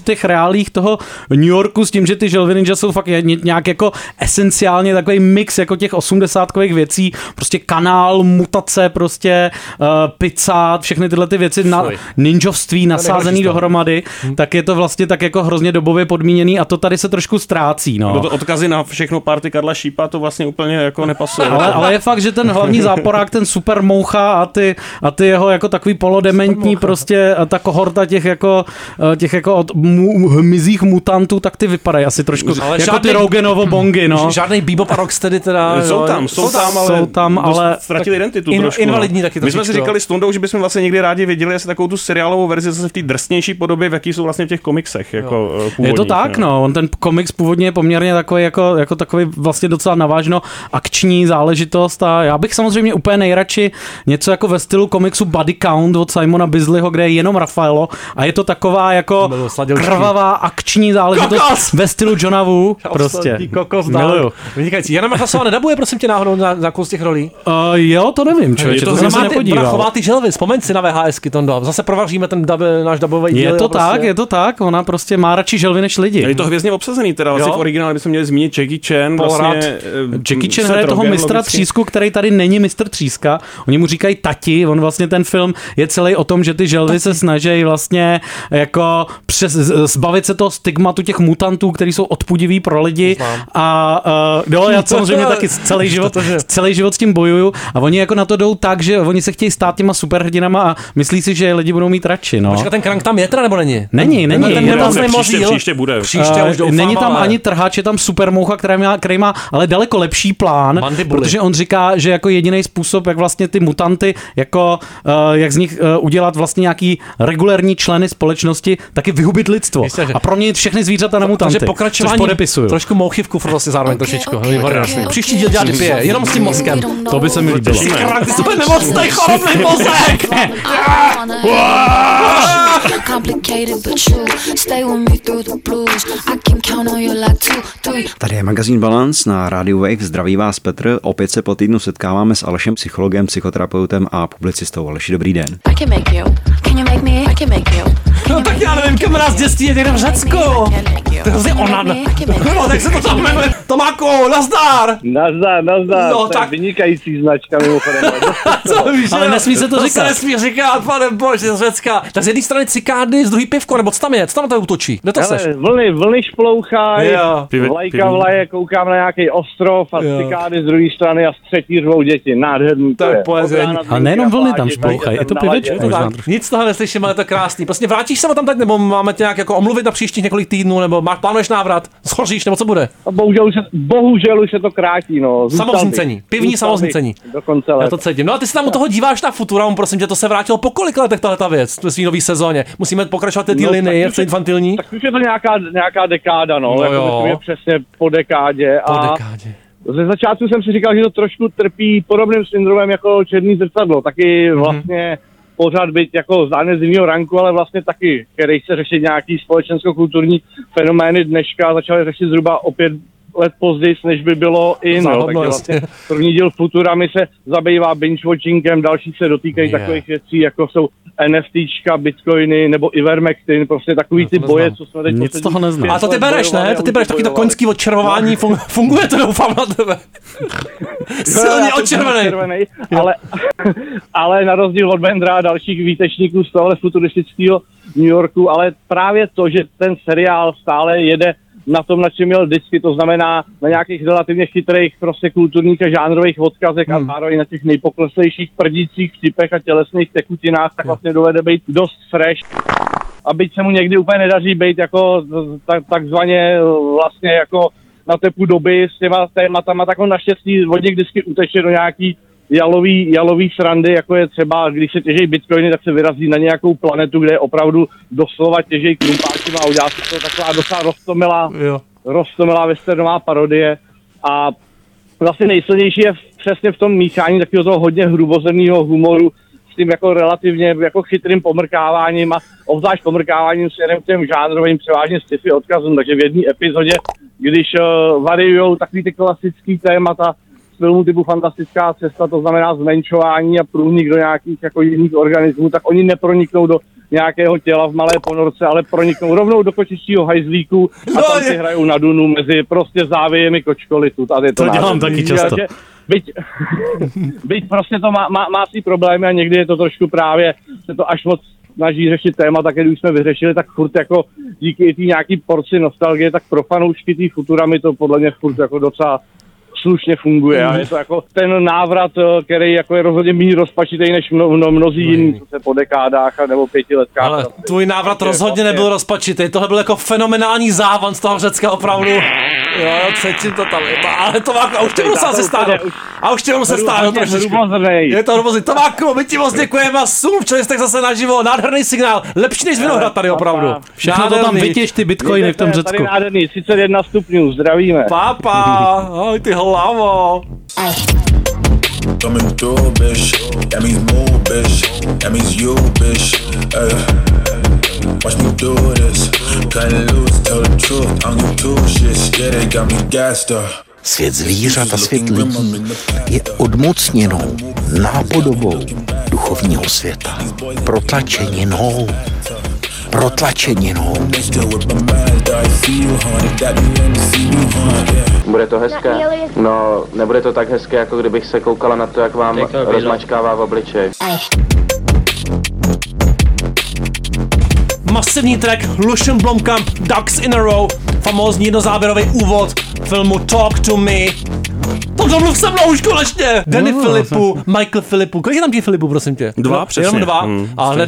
S9: těch reálích toho New Yorku s tím, že ty Želvy Ninja jsou fakt nějak jako esenciálně takový mix jako těch 80kových věcí, prostě kanál, mutace, prostě pizza, všechny tyhle ty věci na ninjovství nasázený dohromady, tak je to vlastně tak jako hrozně dobově podmíněný a to tady se trošku ztrácí. No.
S10: To odkazy na všechno party Karla Šípa to vlastně úplně jako nepasuje.
S9: Ale je fakt, že ten hlavní záporák, ten super moucha a ty jeho jako takový polodementní prostě ta kohorta těch jako hmyzích mutantů, tak ty vypadají asi trošku ale jako ty Roganovo bongy, no.
S8: Žádnej Bebop a Rocksteady teda.
S10: Jsou tam, ale ztratili identitu trošku.
S8: Invalidní taky.
S10: My jsme si říkali s Tondou, že bychom vlastně někdy rádi viděli asi takovou tu seriálovou verzi zase v té drsnější podobě, v jaký jsou vlastně v těch komiksech. Jako
S9: je to tak, no. On ten komiks původně je poměrně takový jako takový vlastně docela navážno akční záležitost a já bych samozřejmě úplně nejradši něco jako ve stylu komiksu Body Count od Simona Bisleyho, kde je jenom Rafaelo a je to taková jako krvavá akční záležitost ve stylu Johna Woo. Prostě.
S8: Miluju. Vynikající. Jana Machlasová nedabuje, prosím tě, náhodou na kus těch rolí?
S9: Jo, to nevím, člověče, to jsem se nepodíval.
S8: Chová ty želvy, vzpomeň si na VHSky, Tondo. Zase provaříme ten náš dabový díl.
S9: Je to tak, ona prostě má radši želvy než lidi.
S10: Je to hvězdně obsazený, teda vlastně v originále bychom měli zmínit Jackie Chan. Vlastně,
S9: Jackie Chan hraje toho mistra Třísku, který tady není mistr Tříska. Oni mu říkají tati, on vlastně ten film je celý o tom, že ty želvy se snaží vlastně jako zbavit se toho stigmatu těch mutantů, kteří jsou odpudiví pro lidi a já samozřejmě taky celý život s tím bojuju a oni jako na to jdou tak, že oni se chtějí stát těma superhrdinama a myslí si, že lidi budou mít radši, no.
S8: Počkat, ten Krang tam je teda nebo není?
S9: Není.
S10: Příště bude.
S8: Příště už doufám,
S9: není tam ani trhač, je tam supermoucha, který má ale daleko lepší plán, protože on říká, že jako jediný způsob, jak vlastně ty mutanty, jako jak z nich udělat vlastně nějaký regulérní členy společnosti, taky vyhubit lidstvo. A proměnit všechny zvířata na mutanty.
S8: Takže pokračování trošku mouchy v kufru vlastně zároveň trošičku. Příští díl dělá dipě, jenom s tím mozkem.
S9: To by se mi líbilo.
S8: Ty jsi úplně nemocnej, chorobný mozek!
S18: Tady je magazín Balance na rádiu Wave. Zdraví vás Petr. Opět se po týdnu setkáváme s Alešem, psychologem, psychoterapeutem a publicistou. Aleši, dobrý den.
S8: No tak já nevím, kamarád z dětství je někde v Řecku. To je hrozně onan. No, tak se to tam jmenuje. Tomáku, nazdar.
S19: Nazdar.
S8: No,
S19: to je vynikající značka mimochodem.
S9: Ale nesmí se to říkat.
S8: To se nesmí říkat, pane bože, z Řecka. Tak z jedné strany cikády, z druhé pivko, nebo co tam je? Co tam na to útočí? Kde to seš?
S19: Vlny šplouchají, vlajka vlaje, koukám na nějaký ostrov a cikády z druhé strany a z třetí řvou děti. Nádherný to je.
S9: A nejenom vlny tam šplouchají, je to pivečko.
S8: Nic z toho neslyším, ale to je krásný. Prostě vrátíš se tam teď, nebo máme tě nějak jako omluvit na příštích několik týdnů, nebo plánuješ návrat, schoříš, nebo co bude?
S19: Bohužel už se to krátí, no.
S8: Samoznícení, pivní samoznícení.
S19: Dokonce let.
S8: Já to cítím. No a ty se tam u toho díváš na Futurama, prosím tě, to se vrátilo po kolik letech tahleta věc ve svý nový sezóně. Musíme pokračovat ty liny, je to infantilní.
S19: Tak už je to nějaká dekáda, no jako je přesně po dekádě. Ze začátku jsem si říkal, že to trošku trpí podobným syndromem jako Černý zrcadlo, taky vlastně pořád být jako zdárně z jiného ranku, ale vlastně taky, který se řešit nějaký společensko-kulturní fenomény dneška, začaly řešit zhruba o 5 let později, než by bylo takže vlastně první díl Futuramy se zabývá binge-watchingem, další se dotýkají takových věcí, jako jsou NFTčka, bitcoiny nebo Ivermectin, prostě takový ty boje, co jsme teď...
S9: Nic toho neznám.
S8: A to ty bereš, ne? To ty bereš taky to koňský odčervování, funguje to, doufám na tebe. Silně odčervený.
S19: Ale na rozdíl od Bendra a dalších výtečníků z tohle futuristického New Yorku, ale právě to, že ten seriál stále jede na tom, na čem měl vždycky, to znamená na nějakých relativně chytrých prostě kulturních a žánrových odkazech a zároveň na těch nejpokleslejších prdících vtipech a tělesných tekutinách, tak vlastně dovede být dost fresh. A byť se mu někdy úplně nedaří být jako takzvaně vlastně jako na tepu doby s těma tématama, tak on naštěstí od nich vždycky uteče do nějaký jalový srandy, jako je třeba, když se těžejí bitcoiny, tak se vyrazí na nějakou planetu, kde je opravdu doslova těžejí krumpáčima a udělá se to taková docela roztomilá westernová parodie. A vlastně nejsilnější je přesně v tom míchání takového toho hodně hrubozemního humoru s tím jako relativně jako chytrým pomrkáváním a obzvlášť pomrkáváním směrem k těm žánrovým převážně sci-fi odkazům. Takže v jedné epizodě, když variujou takový ty klasický témata filmu typu Fantastická cesta, to znamená zmenšování a průnik do nějakých jako jiných organismů, tak oni neproniknou do nějakého těla v malé ponorce, ale proniknou rovnou do kočičího hajzlíku a tam si hrajou na dunu mezi prostě závějemi kočkolitu. Tady
S9: to dělám taky často.
S19: Byť prostě to má svý problémy a někdy je to trošku právě, se to až moc snaží řešit téma, tak když jsme vyřešili, tak furt jako díky té nějaký porci nostalgie, tak pro fanoušky té Futuramy to podle mě furt jako docela slušně funguje a je to jako ten návrat, který jako je rozhodně méně rozpačitý než mnozí jiní, co se po dekádách nebo 5 letkách.
S8: Ale tvůj návrat rozhodně nebyl rozpačitý, tohle byl jako fenomenální závan z toho Řecka opravdu. Jo, cítím to tam, ale Tomáku, a už tě budu se stáhnout. A už tě budu se stáhnout trošičku. Je to hrozný. Tomáku, my ti moc děkujeme a sum, včera jste zase naživo, nádherný signál, lepší než Vinohrad tady opravdu.
S9: Všechno to tam vytěž ty bitcoiny v tom Řecku.
S19: Tady nádherný, 31 stupňů, zdravíme.
S8: Papa, ahoj ty hlavo.
S20: Coming through, bitch. That means move, bitch. That means you, bitch. Watch me do this. Cutting loose, tell the truth. I'm gonna do shit. Yeah, they got me gassed up.
S1: Svět zvířat a svět lidí je odmocněnou nápodobou duchovního světa. Protlačeninou.
S21: Bude to hezké? No, nebude to tak hezké, jako kdybych se koukala na to, jak vám rozmačkává v obličeji.
S8: Masivní track Lucian Blomkamp, Ducks in a Row, famózní jednozáběrový úvod filmu Talk to Me. To domluv se mnou už konečně! Danny Filipu, Michael Filipu, kolik je tam těch Filipů, prosím tě?
S10: 2, přesně.
S8: Jenom 2. Ale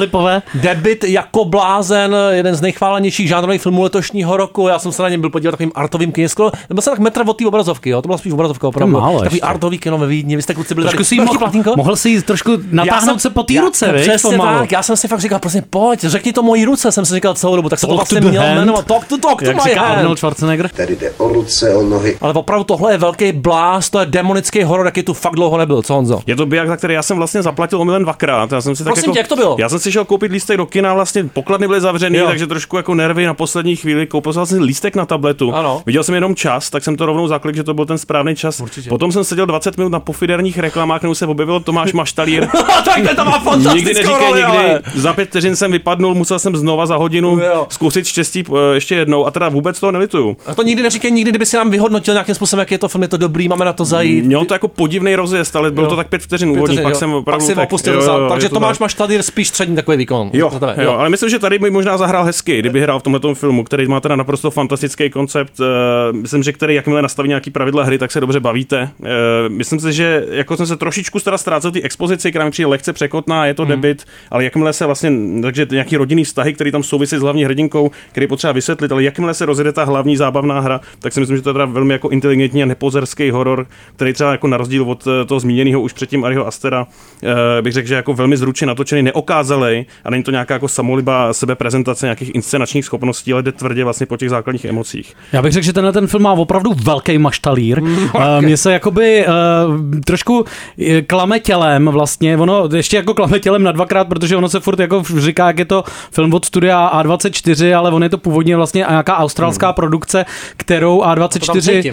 S8: debut jako blázen, jeden z nejchválenějších žánrových filmů letošního roku. Já jsem se na něm byl podívat takovým artovým kineskou. Byl jsem tak metr od té obrazovky, jo? To byla spíš obrazovka opravdu. Takový artový kino ve Vídni, vy jste kluci byli
S9: trošku
S8: tady.
S9: Mohl si jít trošku natáhnout se po té ruce, víš?
S8: Přesně tak, já jsem si fakt říkal, prosím, pojď, řekni to mojí ruce, jsem si říkal celou dobu, tak se to vlastně měl jmenovat Talk to my hand.
S1: Tady jde o ruce, o nohy.
S8: Ale opravdu tohle je velký blast, to je demonický horor, jaký tu fakt dlouho nebyl, co Honzo?
S10: Je to biják, za který já jsem vlastně zaplatil omylem 2krát. Já jsem si
S8: prosím tě, jak to bylo?
S10: Já jsem si šel koupit lístek do kina, vlastně pokladny byly zavřený, takže trošku jako nervy na poslední chvíli. Koupil jsem si lístek na tabletu.
S8: Ano.
S10: Viděl jsem jenom čas, tak jsem to rovnou zaklikl, že to byl ten správný čas.
S8: Určitě.
S10: Potom jsem seděl 20 minut na pofiderních reklamách, kde se objevil Tomáš Maštalír.
S8: Tak to má fantastickou roli,
S10: za 5 vteřin jsem vypadnul, musel jsem znova za hodinu zkusit štěstí ještě jednou a teda vůbec toho nelituju.
S8: A to nikdy neříkej, kdyby si nám vyhodnotil nějakým způsobem, jak je to film, je to dobrý, máme na to zajít.
S10: Mělo to jako podivný rozjezd, ale bylo to tak 5 vteřin úvodní, pak jsem opravdu
S8: tak opustil zad. Takže Tomáš Maštalír spíš střední takový výkon.
S10: Jo, ale myslím, že tady by možná zahrál hezky, kdyby hrál v tomhletom filmu, který má teda naprosto fantastický koncept. Myslím, že který jakmile nastaví nějaký pravidla hry, tak se dobře bavíte. Myslím si, že jako jsem se trošičku ztrácel ty expozici, která mi přijde lehce překotná, je to debut, ale jakmile se vlastně, takže nějaký rodinný vztahy, který tam souvisí s hlavní hrdinkou, který potřeba vysvětlit, ale jakmile se rozjede ta hlavní zábavná hra, tak si myslím, že to je teda velmi jako inteligentní a nepozerský horor, který třeba jako na rozdíl od toho zmíněného už předtím Ariho Astera, bych řekl, že jako velmi zručně natočený, neokázalej a není to nějaká jako samolibá sebeprezentace nějakých inscenačních schopností, ale jde tvrdě vlastně po těch základních emocích.
S9: Já bych řekl, že ten film má opravdu velký maštalír. Mně se jakoby trošku klame tělem vlastně, ono ještě jako klame tělem na 2krát, protože ono se furt jako říká, jak je to film od studia A24, ale on je to původně vlastně nějaká australská produkce, kterou A24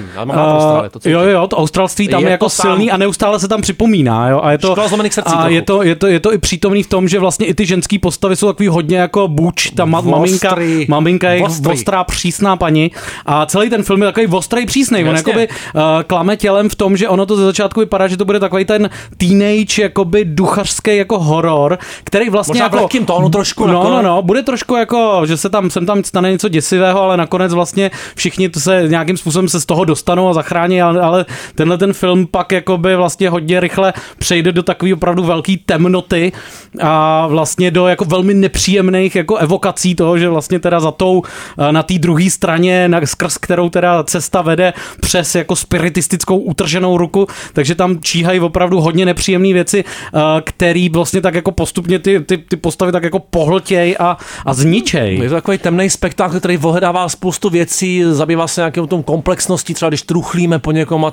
S9: jo, to australství tam je jako silný a neustále se tam připomíná, jo, a je to i přítomný v tom, že vlastně i ty ženský postavy jsou takový hodně jako buč, ta maminka je ostrá, přísná paní a celý ten film je takový ostrý, přísnej. On jakoby klame tělem v tom, že ono to ze začátku vypadá, že to bude takový ten teenage jakoby duchařský jako horor, který vlastně
S8: možná
S9: jako
S8: lehkým tónu trošku
S9: bude trošku jako, že se tam stane něco děsivého, ale nakonec vlastně všichni se nějakým způsobem se z toho dostanou a zachrání, ale tenhle ten film pak jakoby vlastně hodně rychle přejde do takové opravdu velký temnoty a vlastně do jako velmi nepříjemných jako evokací toho, že vlastně teda za tou na té druhé straně, skrz kterou teda cesta vede přes jako spiritistickou utrženou ruku, takže tam číhají opravdu hodně nepříjemné věci, který vlastně tak jako postupně ty postavy tak jako pohltěj a zničej.
S8: Je to takový temný spektákl, který ohledává spoustu věcí, zabývá se nějakou tom komplexností, třeba když truchlíme po někom a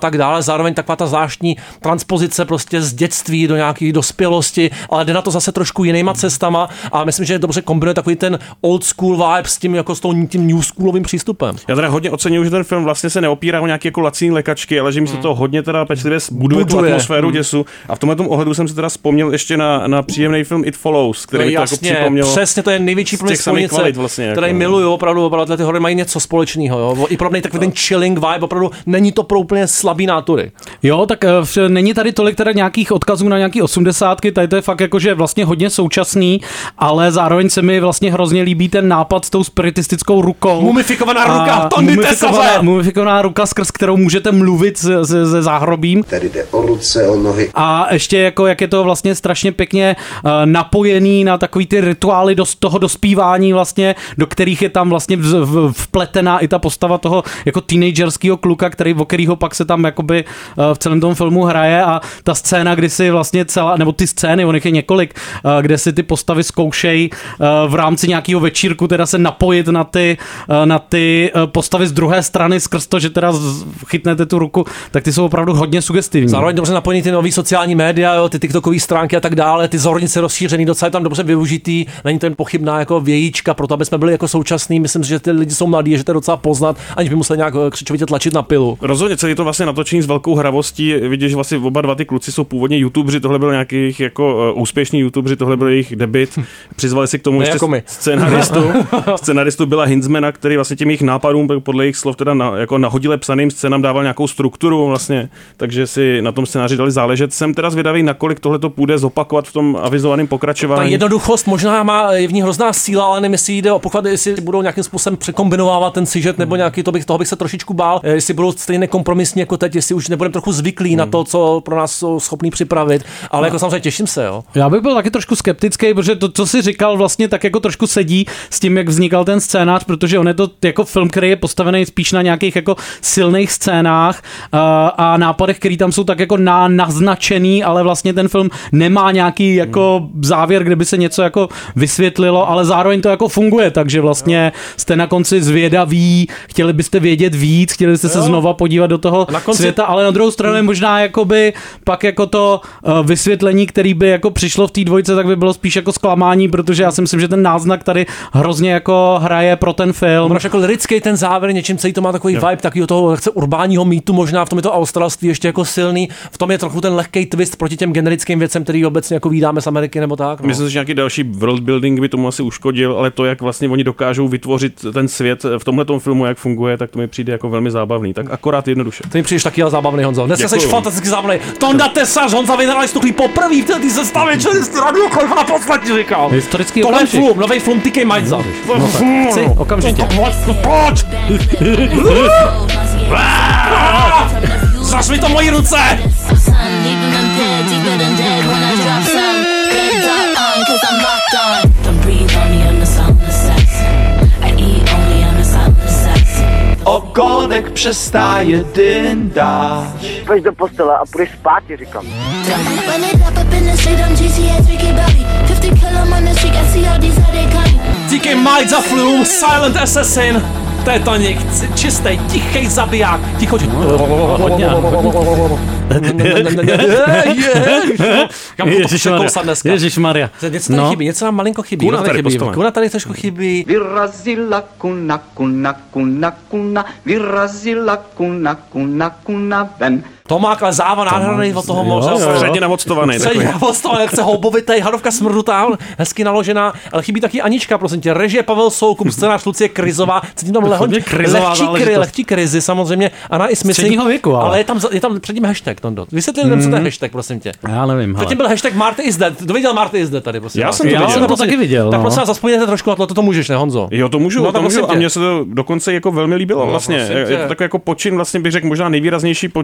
S8: tak dále, zároveň taková ta zvláštní transpozice prostě z dětství do nějaké dospělosti, ale jde na to zase trošku jinýma cestama a myslím, že dobře kombinuje takový ten old school vibe s tím jako tím new schoolovým přístupem.
S10: Já teda hodně oceňuji, že ten film vlastně se neopírá o nějaké jako laciný lékačky, ale že místo toho hodně teda pečlivě buduje tu atmosféru děsu. A v tomhle ohledu jsem si teda vzpomněl ještě na příjemný film It Follows, který to jako připomněl.
S8: Přesně, to je největší film
S10: vlastně,
S8: který
S10: jako,
S8: miluju, opravdu ty horory mají něco společného, jo. I podobný takový ten chilling vibe, opravdu není to pro úplně slabý nátury.
S9: Jo, tak není tady tolik teda nějakých odkazů na nějaký 80, tady to je fakt jako, že vlastně hodně současný, ale zároveň se mi vlastně hrozně líbí ten nápad s tou spiritistickou rukou.
S8: Mumifikovaná ruka, Tondy Tesaře!
S9: Mumifikovaná ruka, skrz kterou můžete mluvit se záhrobím.
S1: Tady jde o ruce, o nohy.
S9: A ještě jako, jak je to vlastně strašně pěkně napojený na takový ty rituály do toho dospívání vlastně, do kterých je tam vlastně vpletená i ta postava toho jako teenagerského kluka, o kterýho pak se tam jakoby v celém tom filmu hraje a ta scéna, kdy si vlastně nebo ty scény, on je několik, kde si ty postavy zkoušejí v rámci nějakého večírku teda se napojit na ty postavy z druhé strany skrz to, že teda chytnete tu ruku, tak ty jsou opravdu hodně sugestivní.
S8: Zároveň dobře napojení ty nový sociální média, jo, ty TikTokové stránky a tak dále, ty zornice rozšířený, docela je tam dobře využitý, není to jen pochybná jako vějíčka, proto aby jsme byli jako současní, myslím si, že ty lidi jsou mladí, že to je docela poznat, aniž by museli nějak křičovitě tlačit na pilu.
S10: Rozhodně celý to vlastně natočení s velkou hravostí, vidíš, že vlastně oba dva ty kluci jsou původně YouTubeři, tohle byl nějakých jako úspěšní YouTubeři, tohle byl jejich debut. Přizvali si k tomu ještě scenaristu Billa Hinzmana, který vlastně těm jejich nápadům podle jejich slov teda jako nahodile psaným scénám dával nějakou strukturu vlastně, takže si na tom scénáři dali záležet. Jsem teda zvědavý, nakolik tohle to půjde zopakovat v tom avizovaném pokračování.
S8: Ta jednoduchost možná je v ní hrozná síla, ale nevím, jestli jde o poklad, jestli budou nějakým způsobem překombinovávat ten sižet nebo nějaký, toho bych se trošičku bál, jestli budou stejně kompromisní jako teď, jestli už nebudeme trochu zvyklí na to, co pro nás jsou schopní připravit, ale jako samozřejmě těším se, jo.
S9: Já bych byl taky trošku skeptický, protože to, co jsi říkal, vlastně tak jako trošku sedí s tím, jak vznikal ten scénář, protože on je to jako film, který je postavený spíš na nějakých jako silných scénách a nápadech, který tam jsou tak jako naznačený, ale vlastně ten film nemá nějaký jako závěr, kde by se něco jako vysvětlilo, ale zároveň to jako funguje, takže vlastně jste na konci zvědaví, chtěli byste vědět víc, chtěli byste se znova podívat do toho světa, ale na druhou stranu možná jakoby pak jako to vysvětlení, který by jako přišlo v té dvojce, tak by bylo spíš jako zklamání, protože já si myslím, že ten náznak tady hrozně jako hraje pro ten film.
S8: Máš jako lirický ten závěr, něčím celý to má takový vibe takového toho urbánního mýtu, možná v tom je to australství ještě jako silný, v tom je trochu ten lehký twist proti těm generickým věcem, který obecně jako vídáme z Ameriky nebo tak. No.
S10: Myslím, že nějaký další world building by tomu asi uškodil, ale to, jak vlastně oni dokážou vytvořit ten svět v tomhletom filmu, jak funguje, tak to mi přijde jako velmi zábavný. Tak akorát jednoduše.
S8: Ty mi přijdeš taky ale zábavný, Honzo. Dneska jsi fantasticky zábavný. Tonda Tesař, Honza vyhrali stuchlí poprvé v této sestavě, čelisti Radio Kolfa na podstatě říkal.
S9: Historický
S8: tohle flum, novej flum TK Majza.
S9: Chci, okamžitě.
S8: Pojď! Zraž mi to mojí ruce!
S5: Okonek přestáje dyndat.
S14: Půjdeš do postele a půjdeš spát, ti říkám.
S8: TK Majza Flume, Silent Assassin. Tetanik, čistý, tichý zabiják. Ticho,
S9: Ježišmarja.
S8: Něco tady chybí, něco nám malinko chybí. Kuna tady trošku chybí.
S5: Vyrazila kuna, vyrazila kuna ven.
S8: Tomák, ale záva nádherný od toho moře.
S10: Předně navoctovaný.
S8: Předně navoctovaný, jak se houbovitej, hadovka smrdutá, hezky naložená, ale chybí taky Anička, prosím tě. Režie Pavel Soukup, scénář Lucie Krizová, cítím tam lehčí krizi, samozřejmě. Ana i Smith.
S9: Středního věku,
S8: ale je tam předtím hashtag, Tondo. Vysvětlím, co to je hashtag, prosím tě.
S9: Já nevím.
S8: Předtím byl hashtag Marty is dead. Kdo viděl Marty is dead tady, prosím.
S10: Já jsem
S9: to taky viděl.
S8: Tak prosím vás, zaspomněte trošku na to můžeš, ne, Honzo?
S10: Jo, to můžu. A mně se to dokonce jako velmi líbilo vlastně. Je to takový jako počin, vlastně bych řekl možná nejvýraznější počin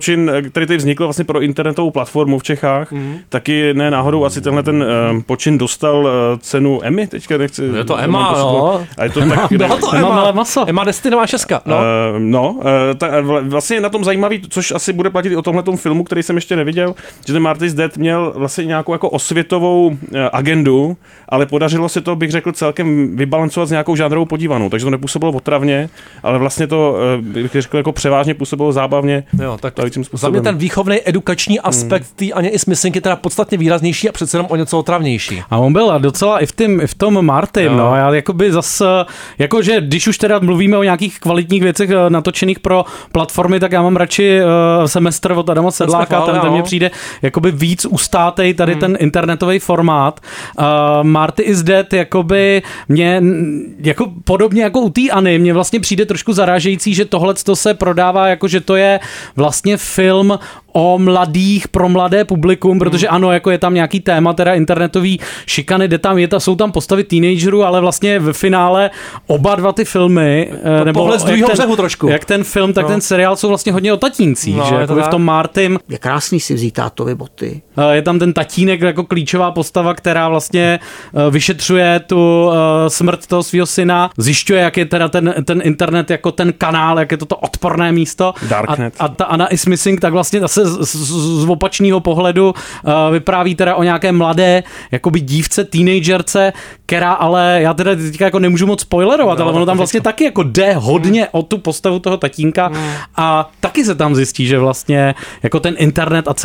S10: který tady vznikl vlastně pro internetovou platformu v Čechách, taky ne náhodou asi tenhle ten počin dostal cenu Emmy, teďka nechci...
S8: Je to Emma, no.
S10: A je to tak...
S8: Byla to Emma Destinová šestka, no.
S10: Vlastně na tom zajímavý, což asi bude platit i o tomhletom filmu, který jsem ještě neviděl, že ten Marty's Dead měl vlastně nějakou jako osvětovou agendu, ale podařilo se to, bych řekl, celkem vybalancovat s nějakou žánrovou podívanou, takže to nepůsobilo otravně, ale vlastně to, bych řekl, jako převážně působilo zábavně.
S8: Jo, tak za mě ten výchovný edukační aspekt té Aně i Smyslink je teda podstatně výraznější a přece jenom o něco otravnější.
S9: A on byl docela i v tom Martym, no, já jakoby zase, jakože když už teda mluvíme o nějakých kvalitních věcech natočených pro platformy, tak já mám radši Semestr od Adama Sedláka, ten mně přijde jakoby víc ustátej tady ten internetový formát. Marty is Dead jakoby mě, jako podobně jako u té Any, mně vlastně přijde trošku zarážející, že tohleto se prodává jako, že to je vlastně film o mladých, pro mladé publikum, protože ano, jako je tam nějaký téma, teda internetový šikany, jsou tam postavy teenagerů, ale vlastně v finále oba dva ty filmy, nebo
S8: pohled z druhého břehu trošku.
S9: Jak ten film, tak ten seriál jsou vlastně hodně o tatíncích, že jako v tom Martym.
S15: Je krásný si vzít tátovy boty.
S9: Je tam ten tatínek jako klíčová postava, která vlastně vyšetřuje tu smrt toho svého syna, zjišťuje, jak je teda ten internet jako ten kanál, jak je to odporné místo.
S10: Darknet.
S9: A ta Anna is Missing, tak vlastně zase z opačného pohledu vypráví teda o nějaké mladé jakoby dívce, teenagerce, která ale, já teda teďka jako nemůžu moc spoilerovat, ale ono tam vlastně taky jako jde hodně o tu postavu toho tatínka a taky se tam zjistí, že vlastně jako ten internet a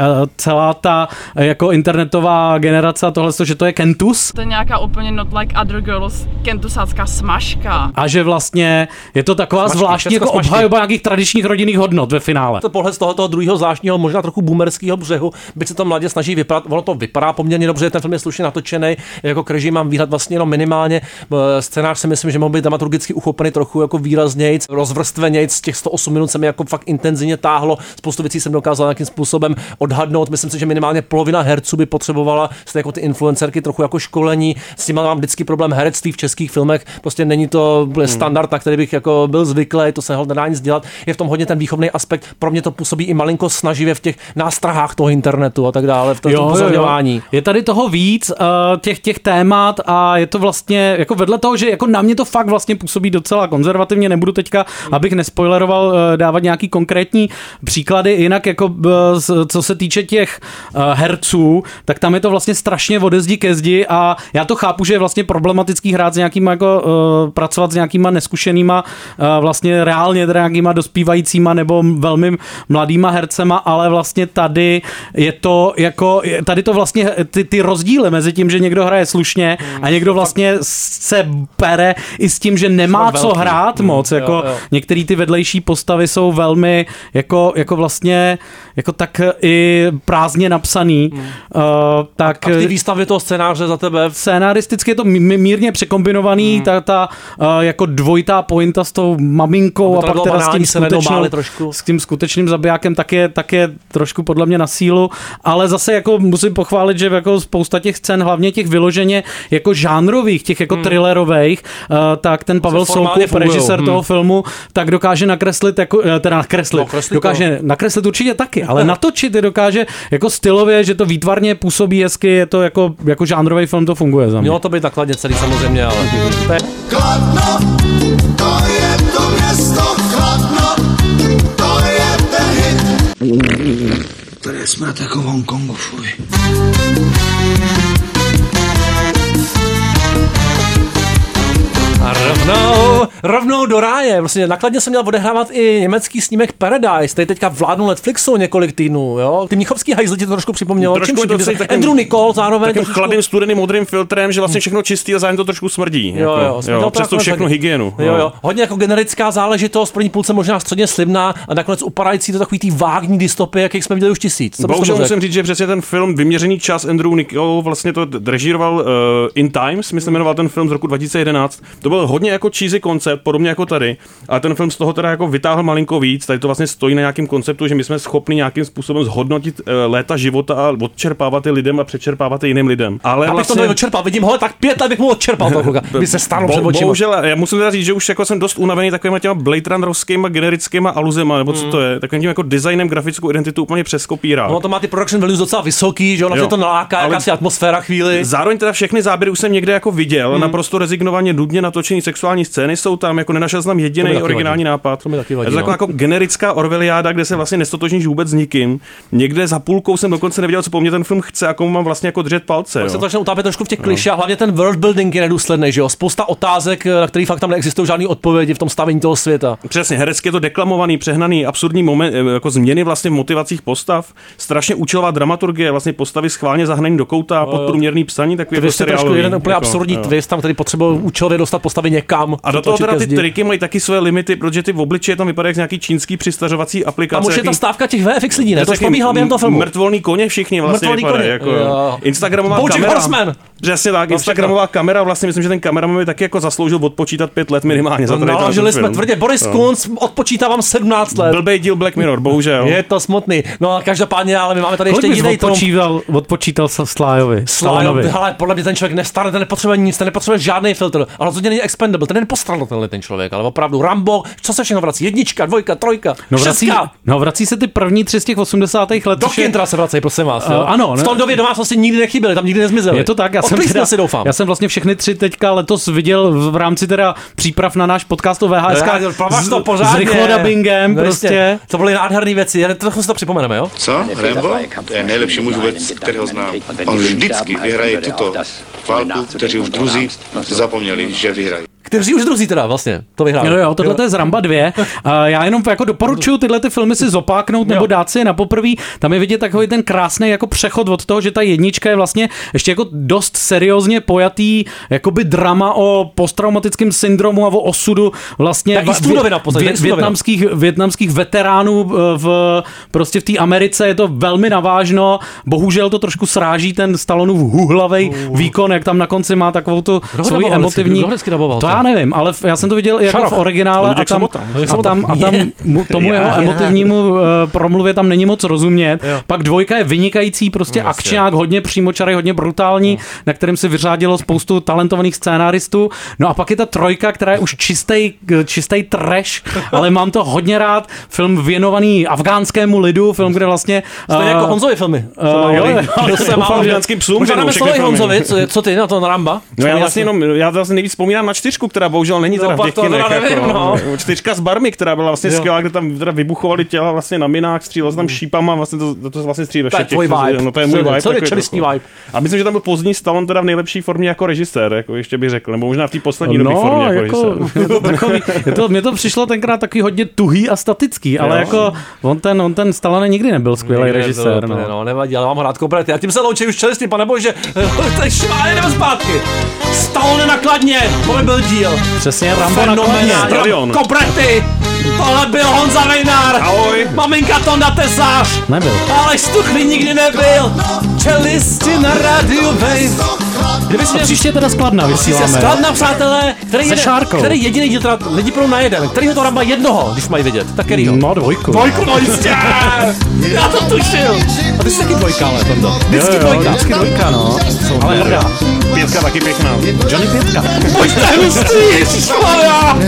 S9: celá ta jako internetová generace a tohle, že to je Kentus.
S2: To je nějaká úplně not like other girls, kentusácká smažka.
S9: A že vlastně je to taková zvláštní jako obhajoba nějakých tradičních rodinných hodnot ve finále.
S8: To pohled z toho druhého zvláštního, možná trochu boomerského břehu, byť se to mladě snaží vypadat, ono to vypadá poměrně dobře, ten film je slušně natočený, jako k režii mám výhled vlastně jenom minimálně, scénář si myslím, že mohl být dramaturgicky uchopený trochu jako výraznějc, rozvrstvenějc, z těch 108 minut se mi jako fakt intenzivně táhlo, spoustu věcí jsem dokázal nějakým způsobem odhadnout, myslím si, že minimálně polovina herců by potřebovala jste jako ty influencerky trochu jako školení, s tím mám vždycky problém herectví v českých filmech, prostě není to standard, na který bych jako byl zvyklý, to se nedá nic dělat, je v tom hodně ten výchovný aspekt, pro mě to působí i malinko snaživě v těch nástrahách toho internetu a tak dále, v tom upozorňování.
S9: Je tady toho víc, těch témat a je to vlastně jako vedle toho, že jako na mě to fakt vlastně působí docela konzervativně, nebudu teďka, abych nespoileroval, dávat nějaký konkrétní příklady, jinak jako co se týče těch herců, tak tam je to vlastně strašně ode zdi ke zdi a já to chápu, že je vlastně problematický hrát s nějakýma jako pracovat s nějakýma neskušenýma vlastně reálně teda nějakýma dospívajícíma nebo velmi mladýma hercema, ale vlastně tady je to jako, tady to vlastně ty rozdíly mezi tím, že někdo hraje slušně a někdo vlastně se pere i s tím, že nemá co hrát moc, jako některé ty vedlejší postavy jsou velmi jako vlastně jako tak i prázdně napsaný. Tak
S8: a ty výstavy toho scénáře za tebe?
S9: Scénaristicky je to mírně překombinovaný, ta jako dvojitá pointa s tou maminkou a pak teda s tím skutečným zabijákem tak je trošku podle mě na sílu, ale zase jako musím pochválit, že jako spousta těch scén, hlavně těch vyloženě jako žánrových, těch jako thrillerových, tak ten Pavel Soukov, režisér toho filmu, tak dokáže nakreslit, jako, teda dokáže nakreslit určitě taky, ale natočit je dokáže jako stylově, že to výtvarně působí hezky, je to jako žánrový film, to funguje za mě.
S8: Mělo to být takhle celý samozřejmě, ale...
S20: Kladno, to je to město, Kladno, to je ten hit. Tady je smrt jako v Hongkongu, fuj.
S8: A rovnou do ráje. Vlastně nakladně jsem měl odehrávat i německý snímek Paradise. Tady teďka vládnu Netflixu několik týdnů, jo. Ty mnichovský hajzli ti to trošku připomnělo. Andrew Nicole zároveň.
S10: Takým chladným studeným modrým filtrem, že vlastně všechno čistý a zároveň to trošku smrdí.
S8: Jo.
S10: Přes to všechno hygienu.
S8: Jo. Hodně jako generická záležitost, první půlce možná středně slibná a nakonec upadající do takový tý vágní dystopie, jakých jsme viděli už tisíc.
S10: Bohužel musím říct, že přesně ten film Vyměřený čas Andrew Nicole vlastně to režíroval In Times, myslím jmenoval ten film z roku 2011. To byl hodně jako cheesy koncept, podobně jako tady, a ten film z toho teda jako vytáhl malinko víc. Tady to vlastně stojí na nějakém konceptu, že my jsme schopni nějakým způsobem zhodnotit léta života a odčerpávat je lidem a přečerpávat je jiným lidem. Ale
S8: vlastně to neodčerpal, vidím ho, tak 5 let bych mu odčerpal toho kluka. By se stalo před očima.
S10: Bohužel, já musím teda říct, že už jako jsem dost unavený takovýma těma Blade Runnerovskýma generickýma aluzema, nebo co to je, takovým tím jako designem grafickou identitu úplně přeskopírá.
S8: No to má ty production values docela vysoký, že ono to naláká, jakási atmosféra chvíli.
S10: Zároveň teda všechny záběry už jsem někde jako viděl, naprosto rezignovaně nudně natočený sexuální scény jsou tam, jako nenašel jsem tam jediný originální nápad.
S8: To mi taky vadí,
S10: je to taková jako generická Orwelliáda, kde se vlastně nestotožníš vůbec s nikým. Někde za půlkou jsem dokonce nevěděl, co po mně ten film chce a komu mám vlastně jako držet palce.
S8: Tak se to začne utápět trošku v těch kliších, hlavně ten world building je nedůsledný, že jo? Spousta otázek, na který fakt tam neexistují žádné odpovědi v tom stavení toho světa.
S10: Přesně, herecky je to deklamovaný, přehnaný, absurdní moment, jako změny vlastně v motivacích postav, strašně účelová dramaturgie, vlastně postavy schválně zahnaný do kouta, podprůměrný psaní, takový
S8: jako seriálový. Jeden úplně
S10: jako,
S8: absurdní twist, tam který potřebuje účelově dostat postavy někam.
S10: A do toho teda ty triky mají taky své limity, protože ty v obličeji tam vypadají jak nějaký čínský přistařovací aplikace.
S8: A už je ta stávka těch VFX lidí, ne? To probíhá během toho filmu.
S10: Mrtvolný koně všichni vlastně vypadají jako Instagramová kamera.
S8: Horseman.
S10: Přesně tak, Instagramová kamera, vlastně myslím, že ten kameraman by taky jako zasloužil odpočítat 5 let minimálně za
S8: to. Žili jsme tvrdě, Boris Kunz odpočítávám 17 let.
S10: Blbej díl Black Mirror, bohužel.
S8: Je to smutný. No a každopádně, ale my máme tady ještě jiný
S9: odpočítal se Slájovi.
S8: Ale podle mě ten člověk nestarne, ten nepotřebuje nic, ten nepotřebuje žádný filtr. Ale rozhodně není expendable, ten je nepostradatelný ten člověk, ale opravdu Rambo, co se všechno vrací? 1, 2, 3, 6.
S9: Vrací se ty první 3 z těch 80. let.
S8: Do Kintra se vrací, prosím vás.
S9: Ano,
S8: v tom době domácnosti nikdy nechyběly, tam nikdy nezmizely.
S9: Je to tak,
S8: já
S9: jsem vlastně všechny 3 teďka letos viděl v rámci teda příprav na náš podcast o VHSK s rychlodabingem prostě.
S8: To byly nádherné věci, trochu si to připomeneme, jo?
S17: Co? Rambo? To je nejlepší muž vůbec, kterého znám. On vždycky vyhraje tuto válku, kteří už druzí zapomněli, že vyhrají.
S8: Kteří už druzí teda vlastně to vyhráli.
S9: Jo, tohle je z Ramba 2. Já jenom jako doporučuji tyhle ty filmy si zopáknout nebo dát si je na poprví. Tam je vidět takový ten krásný jako přechod od toho, že ta jednička je vlastně ještě jako dost seriózně pojatý jakoby drama o posttraumatickém syndromu a o osudu vlastně vietnamských veteránů prostě v té Americe. Je to velmi navážno. Bohužel to trošku sráží ten Stallonův hůhlavej výkon, jak tam na konci má takovou tu svoji emotivní. Já nevím, ale já jsem to viděl jako v originále a tam tomu jeho emotivnímu promluvě tam není moc rozumět. Pak 2 je vynikající, prostě akčňák, hodně přímočarý, hodně brutální, na kterém si vyřádilo spoustu talentovaných scénáristů. No a pak je ta 3, která je už čistý trash, ale mám to hodně rád. Film věnovaný afgánskému lidu, film, kde vlastně...
S8: Stejně jako Honzovi filmy.
S10: Afgánským psům.
S8: Honzovi, co ty na to na Ramba?
S10: No já vlastně nejvíc vzpomínám na 4, která bohužel není teda v těch kinech. 4 s barmy, která byla vlastně skvělá, kde tam teda vybuchovaly těla vlastně na minách, střílelo se tam šípama, vlastně to vlastně střílí ve všech.
S8: No to je můj vibe. Co je čelistní vibe.
S10: A myslím, že tam byl pozdní Stallone teda v nejlepší formě jako režisér, jako ještě bych řekl, nebo možná v té poslední době formě jako režisér.
S9: Mně to přišlo tenkrát takový hodně tuhý a statický, ale jako on ten Stallone nikdy nebyl skvělý režisér.
S8: No, nevadí, ale mám rád kobrety. A tím se loučí už čelistní, pane bože. Tak šváně jdeme zpátky. Stallone nakladně, to byl díl.
S9: Přesně, Rambo nakladně.
S8: Kobrety! Tohle byl Honza Vejnár.
S10: Ahoj.
S8: Maminka Tonda Tesář.
S9: Nebyl.
S8: Ale Stuchlý nikdy nebyl. Čelisti na rádiu Wave.
S9: Příště teda Skladna vysíláme.
S8: Skladna, přátelé, který jediný díl, teda lidi půjdou na jeden. Kterýho to Ramba jednoho, když mají vidět. Tak kterýho?
S9: No 2.
S8: 2, no jistě. Já to tušil. A ty jsi taky 2, ale Tondo. Vždycky 2,
S9: no.
S8: Ale hrdá.
S10: 5 taky pěkná.
S9: Johnny 5.
S8: Pojďte hustý, ježišmarja.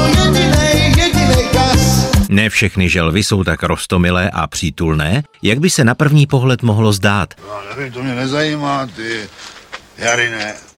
S1: Ne všechny želvy jsou tak roztomilé a přítulné, jak by se na první pohled mohlo zdát.
S11: Já nevím, to mě nezajímá, ty Jarine.